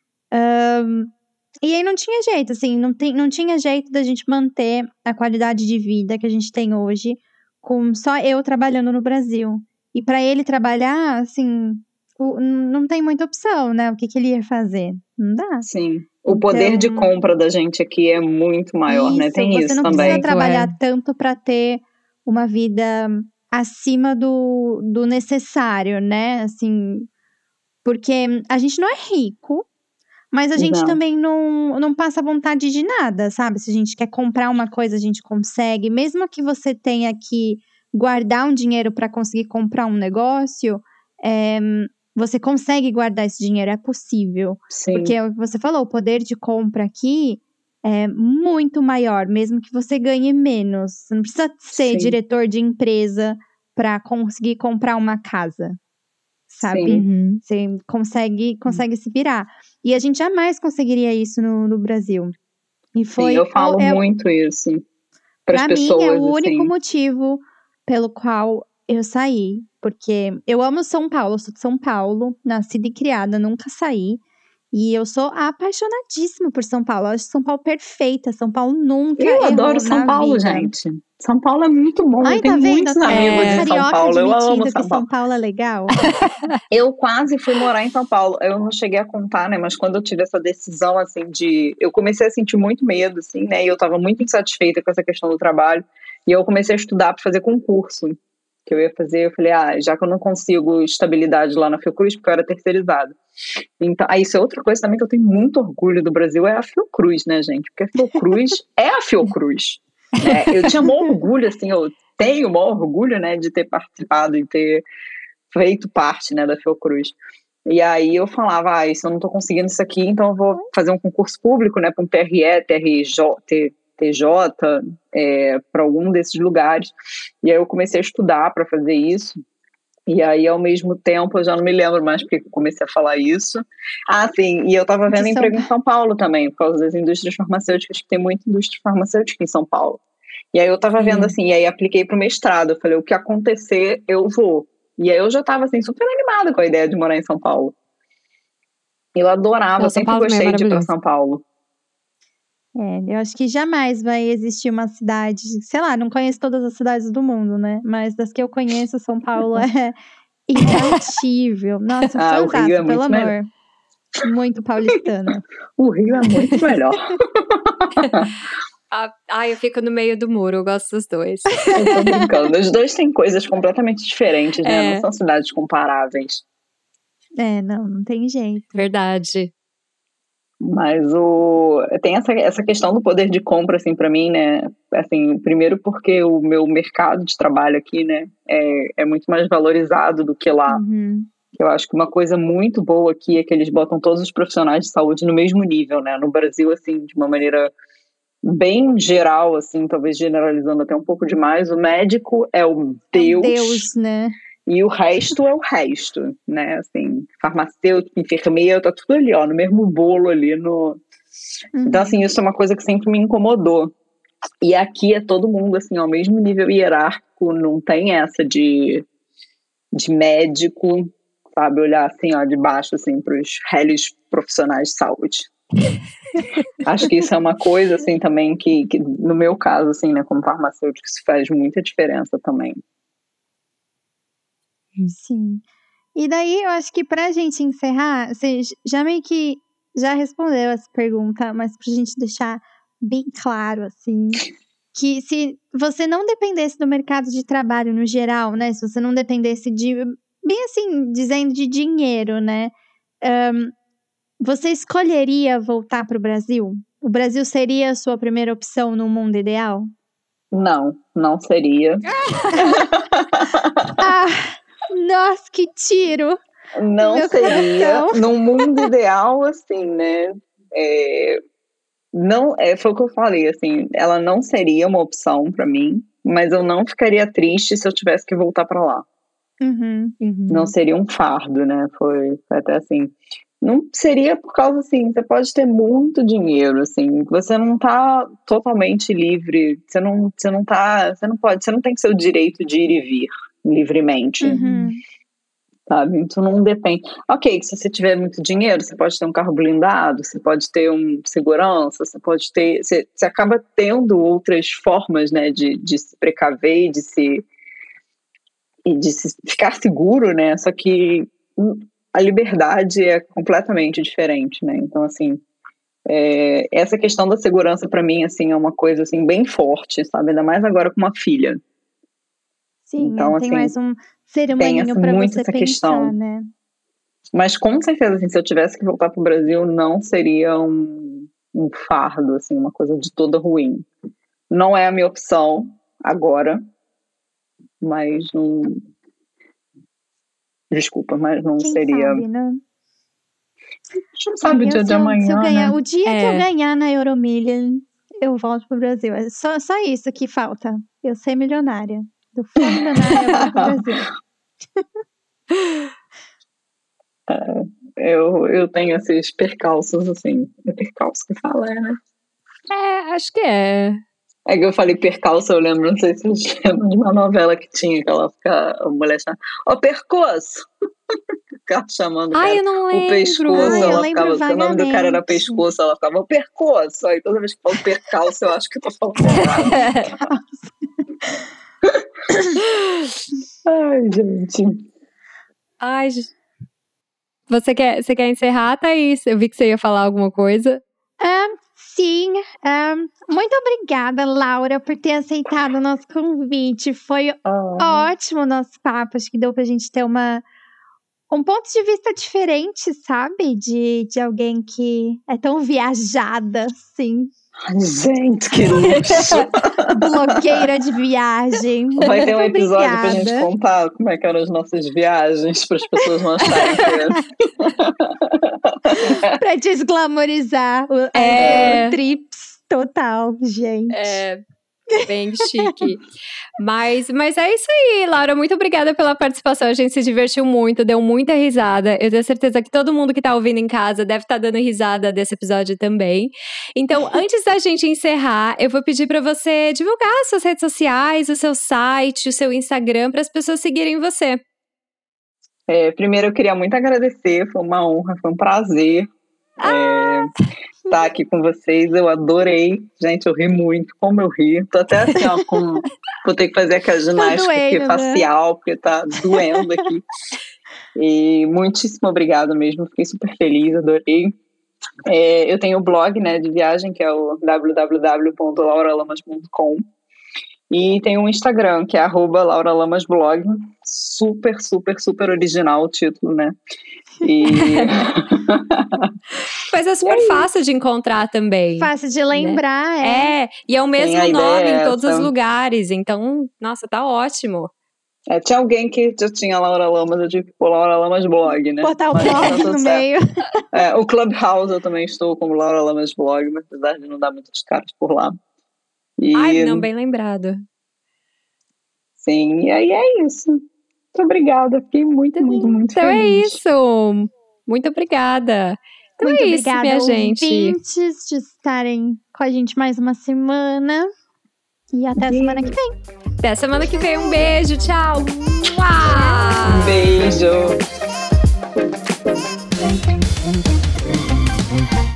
S1: E aí não tinha jeito, assim, não tinha jeito da gente manter a qualidade de vida que a gente tem hoje com só eu trabalhando no Brasil. E para ele trabalhar, assim, não tem muita opção, né? O que ele ia fazer? Não dá.
S3: Sim. O poder de compra da gente aqui é muito maior, né? Tem isso também.
S1: Você não precisa trabalhar tanto para ter uma vida acima do necessário, né? Assim, porque a gente não é rico, mas a gente também não passa vontade de nada, sabe? Se a gente quer comprar uma coisa, a gente consegue. Mesmo que você tenha que guardar um dinheiro para conseguir comprar um negócio, você consegue guardar esse dinheiro, é possível.
S3: Sim.
S1: Porque é o que você falou, o poder de compra aqui é muito maior, mesmo que você ganhe menos. Você não precisa ser diretor de empresa para conseguir comprar uma casa, sabe? Você consegue se virar. E a gente jamais conseguiria isso no Brasil. E foi,
S3: sim, eu falo muito isso para as pessoas.
S1: Pra mim, é o único motivo pelo qual eu saí. Porque eu amo São Paulo, eu sou de São Paulo, nascida e criada, nunca saí. E eu sou apaixonadíssima por São Paulo. Eu acho São Paulo perfeita. São Paulo nunca errou na vida.
S3: Eu adoro São Paulo, gente. São Paulo é muito bom.
S1: Ai,
S3: eu tenho muitos amigos em São Paulo. Eu amo
S1: São Paulo é legal.
S3: Eu quase fui morar em São Paulo. Eu não cheguei a contar, né? Mas quando eu tive essa decisão, assim, eu comecei a sentir muito medo, assim, né? E eu tava muito insatisfeita com essa questão do trabalho. E eu comecei a estudar para fazer concurso que eu ia fazer. Eu falei, já que eu não consigo estabilidade lá na Fiocruz, porque eu era terceirizada. Então, isso é outra coisa também que eu tenho muito orgulho do Brasil, é a Fiocruz, né, gente? Porque a Fiocruz é a Fiocruz. Eu tinha maior orgulho, assim, eu tenho o maior orgulho, né, de ter participado e ter feito parte, né, da Fiocruz. E aí eu falava, se eu não tô conseguindo isso aqui, então eu vou fazer um concurso público, né, para um TRE, TJ, para algum desses lugares. E aí eu comecei a estudar para fazer isso. E aí, ao mesmo tempo, eu já não me lembro mais porque eu comecei a falar isso. Sim, e eu estava vendo emprego em São Paulo também, por causa das indústrias farmacêuticas, que tem muita indústria farmacêutica em São Paulo. E aí eu tava vendo assim, e aí apliquei pro mestrado. Eu falei, o que acontecer, eu vou. E aí eu já tava assim, super animada com a ideia de morar em São Paulo. Eu adorava,
S2: Não, São
S3: sempre
S2: Paulo também é
S3: gostei de ir pra
S2: maravilhoso.
S3: São Paulo.
S1: Eu acho que jamais vai existir uma cidade, sei lá, não conheço todas as cidades do mundo, né? Mas das que eu conheço, São Paulo é imbatível. Nossa,
S3: O Rio é
S1: fantástico, pelo
S3: muito melhor.
S1: amor. Muito paulistana.
S3: O Rio é muito melhor.
S2: Eu fico no meio do muro, eu gosto dos dois.
S3: Eu tô brincando. Os dois têm coisas completamente diferentes, né? Não são cidades comparáveis.
S1: Não tem jeito.
S2: Verdade.
S3: Mas tem essa questão do poder de compra, assim, pra mim, né? Assim, primeiro porque o meu mercado de trabalho aqui, né, é muito mais valorizado do que lá.
S1: Uhum.
S3: Eu acho que uma coisa muito boa aqui é que eles botam todos os profissionais de saúde no mesmo nível, né? No Brasil, assim, de uma maneira bem geral, assim, talvez generalizando até um pouco demais, o médico é o Deus.
S1: É o Deus, né?
S3: E o resto é o resto, né? Assim, farmacêutico, enfermeiro, tá tudo ali, ó, no mesmo bolo ali no... Então, assim, isso é uma coisa que sempre me incomodou. E aqui é todo mundo, assim, ao mesmo nível hierárquico, não tem essa de médico, sabe? Olhar, assim, ó, de baixo, assim, pros réis profissionais de saúde. Acho que isso é uma coisa, assim, também que no meu caso, assim, né, como farmacêutico, isso faz muita diferença também.
S1: Sim. E daí, eu acho que pra gente encerrar, você já meio que já respondeu essa pergunta, mas pra gente deixar bem claro, assim, que se você não dependesse do mercado de trabalho no geral, né, se você não dependesse bem assim, dizendo de dinheiro, né, você escolheria voltar pro Brasil? O Brasil seria a sua primeira opção no mundo ideal?
S3: Não seria.
S1: Nossa, que tiro!
S3: Não
S1: Meu
S3: seria.
S1: coração.
S3: No mundo ideal, assim, né? Foi o que eu falei, assim, ela não seria uma opção para mim, mas eu não ficaria triste se eu tivesse que voltar para lá.
S1: Uhum.
S3: Não seria um fardo, né? Foi até assim. Não seria por causa, assim, você pode ter muito dinheiro, assim, você não tá totalmente livre, você não tem que ser o direito de ir e vir livremente.
S1: Uhum.
S3: Sabe? Isso não depende. Ok, se você tiver muito dinheiro, você pode ter um carro blindado, você pode ter segurança, você pode ter. Você acaba tendo outras formas, né, de se precaver e de se ficar seguro, né? Só que a liberdade é completamente diferente, né? Então, assim, essa questão da segurança, para mim, assim, é uma coisa assim, bem forte, sabe? Ainda mais agora com uma filha.
S1: Sim,
S3: então,
S1: tem
S3: assim,
S1: mais um ser
S3: tem
S1: humaninho pra
S3: muito
S1: você
S3: essa
S1: pensar,
S3: questão.
S1: né?
S3: Mas com certeza, assim, se eu tivesse que voltar para o Brasil, não seria um fardo, assim, uma coisa de toda ruim. Não é a minha opção agora, mas não... Desculpa, mas não
S1: Quem
S3: seria...
S1: sabe, né?
S3: A gente não sabe o dia de
S1: Se eu
S3: amanhã,
S1: ganhar,
S3: né?
S1: o dia que eu ganhar na Euromillion, eu volto pro Brasil. É só isso que falta. Eu ser milionária. Do fundo milionária, eu volto pro Brasil.
S3: Eu tenho esses percalços, assim. É percalço que fala, né?
S2: Acho que é.
S3: É que eu falei percalço, eu lembro, não sei se vocês lembram de uma novela que tinha, que a mulher chamava, ó, percoço! Ficava chamando o cara,
S2: eu não lembro.
S3: o pescoço,
S1: eu
S3: ela
S1: lembro
S3: ficava, o nome do cara era
S1: vagamente.
S3: pescoço, ela ficava, o percoço! Aí toda vez que eu falo percalço, eu acho que eu tô falando errado. Ai, gente.
S2: Você quer encerrar, Thaís? Eu vi que você ia falar alguma coisa.
S1: Sim, muito obrigada, Laura, por ter aceitado o nosso convite. Foi ótimo o nosso papo. Acho que deu pra gente ter um ponto de vista diferente, sabe? De alguém que é tão viajada, assim.
S3: Ai, gente, que luxo!
S1: Blogueira de viagem.
S3: Vai ter um
S1: Muito
S3: episódio
S1: obrigada.
S3: pra gente contar como é que eram as nossas viagens, para as pessoas não acharem que...
S1: Pra desglamorizar as trips total, gente.
S2: Bem chique. Mas é isso aí, Laura. Muito obrigada pela participação. A gente se divertiu muito, deu muita risada. Eu tenho certeza que todo mundo que tá ouvindo em casa deve estar dando risada desse episódio também. Então, antes da gente encerrar, eu vou pedir pra você divulgar as suas redes sociais, o seu site, o seu Instagram, para as pessoas seguirem você.
S3: Primeiro, eu queria muito agradecer. Foi uma honra, foi um prazer estar aqui com vocês. Eu adorei. Gente, eu ri muito. Como eu ri. Tô até assim, ó, vou ter que fazer aquela ginástica aqui facial, porque tá doendo aqui. E muitíssimo obrigada mesmo. Fiquei super feliz, adorei. Eu tenho o blog, né, de viagem, que é o www.lauralamas.com. E tem um Instagram, que é @lauralamasblog. Super, super, super original o título, né?
S2: Mas é super fácil de encontrar também.
S1: Fácil de lembrar,
S2: né? E é o mesmo nome em todos os lugares. Então, nossa, tá ótimo.
S3: Tinha alguém que já tinha Laura Lamas, eu tive que pôr Laura Lamas blog, né?
S1: Botar o blog no meio.
S3: O Clubhouse eu também estou como Laura Lamas blog, mas apesar de não dar muitos caras por lá.
S2: Ai, não, bem lembrado.
S3: Sim, e aí é isso. Muito obrigada, fiquei muito, muito, muito
S2: então
S3: feliz.
S2: Então é isso. Muito obrigada. Então
S1: muito
S2: é isso,
S1: obrigada,
S2: minha gente.
S1: Ouvintes, de estarem com a gente mais uma semana. E até a semana que vem.
S2: Até a semana que vem. Um beijo. Tchau.
S3: Um beijo.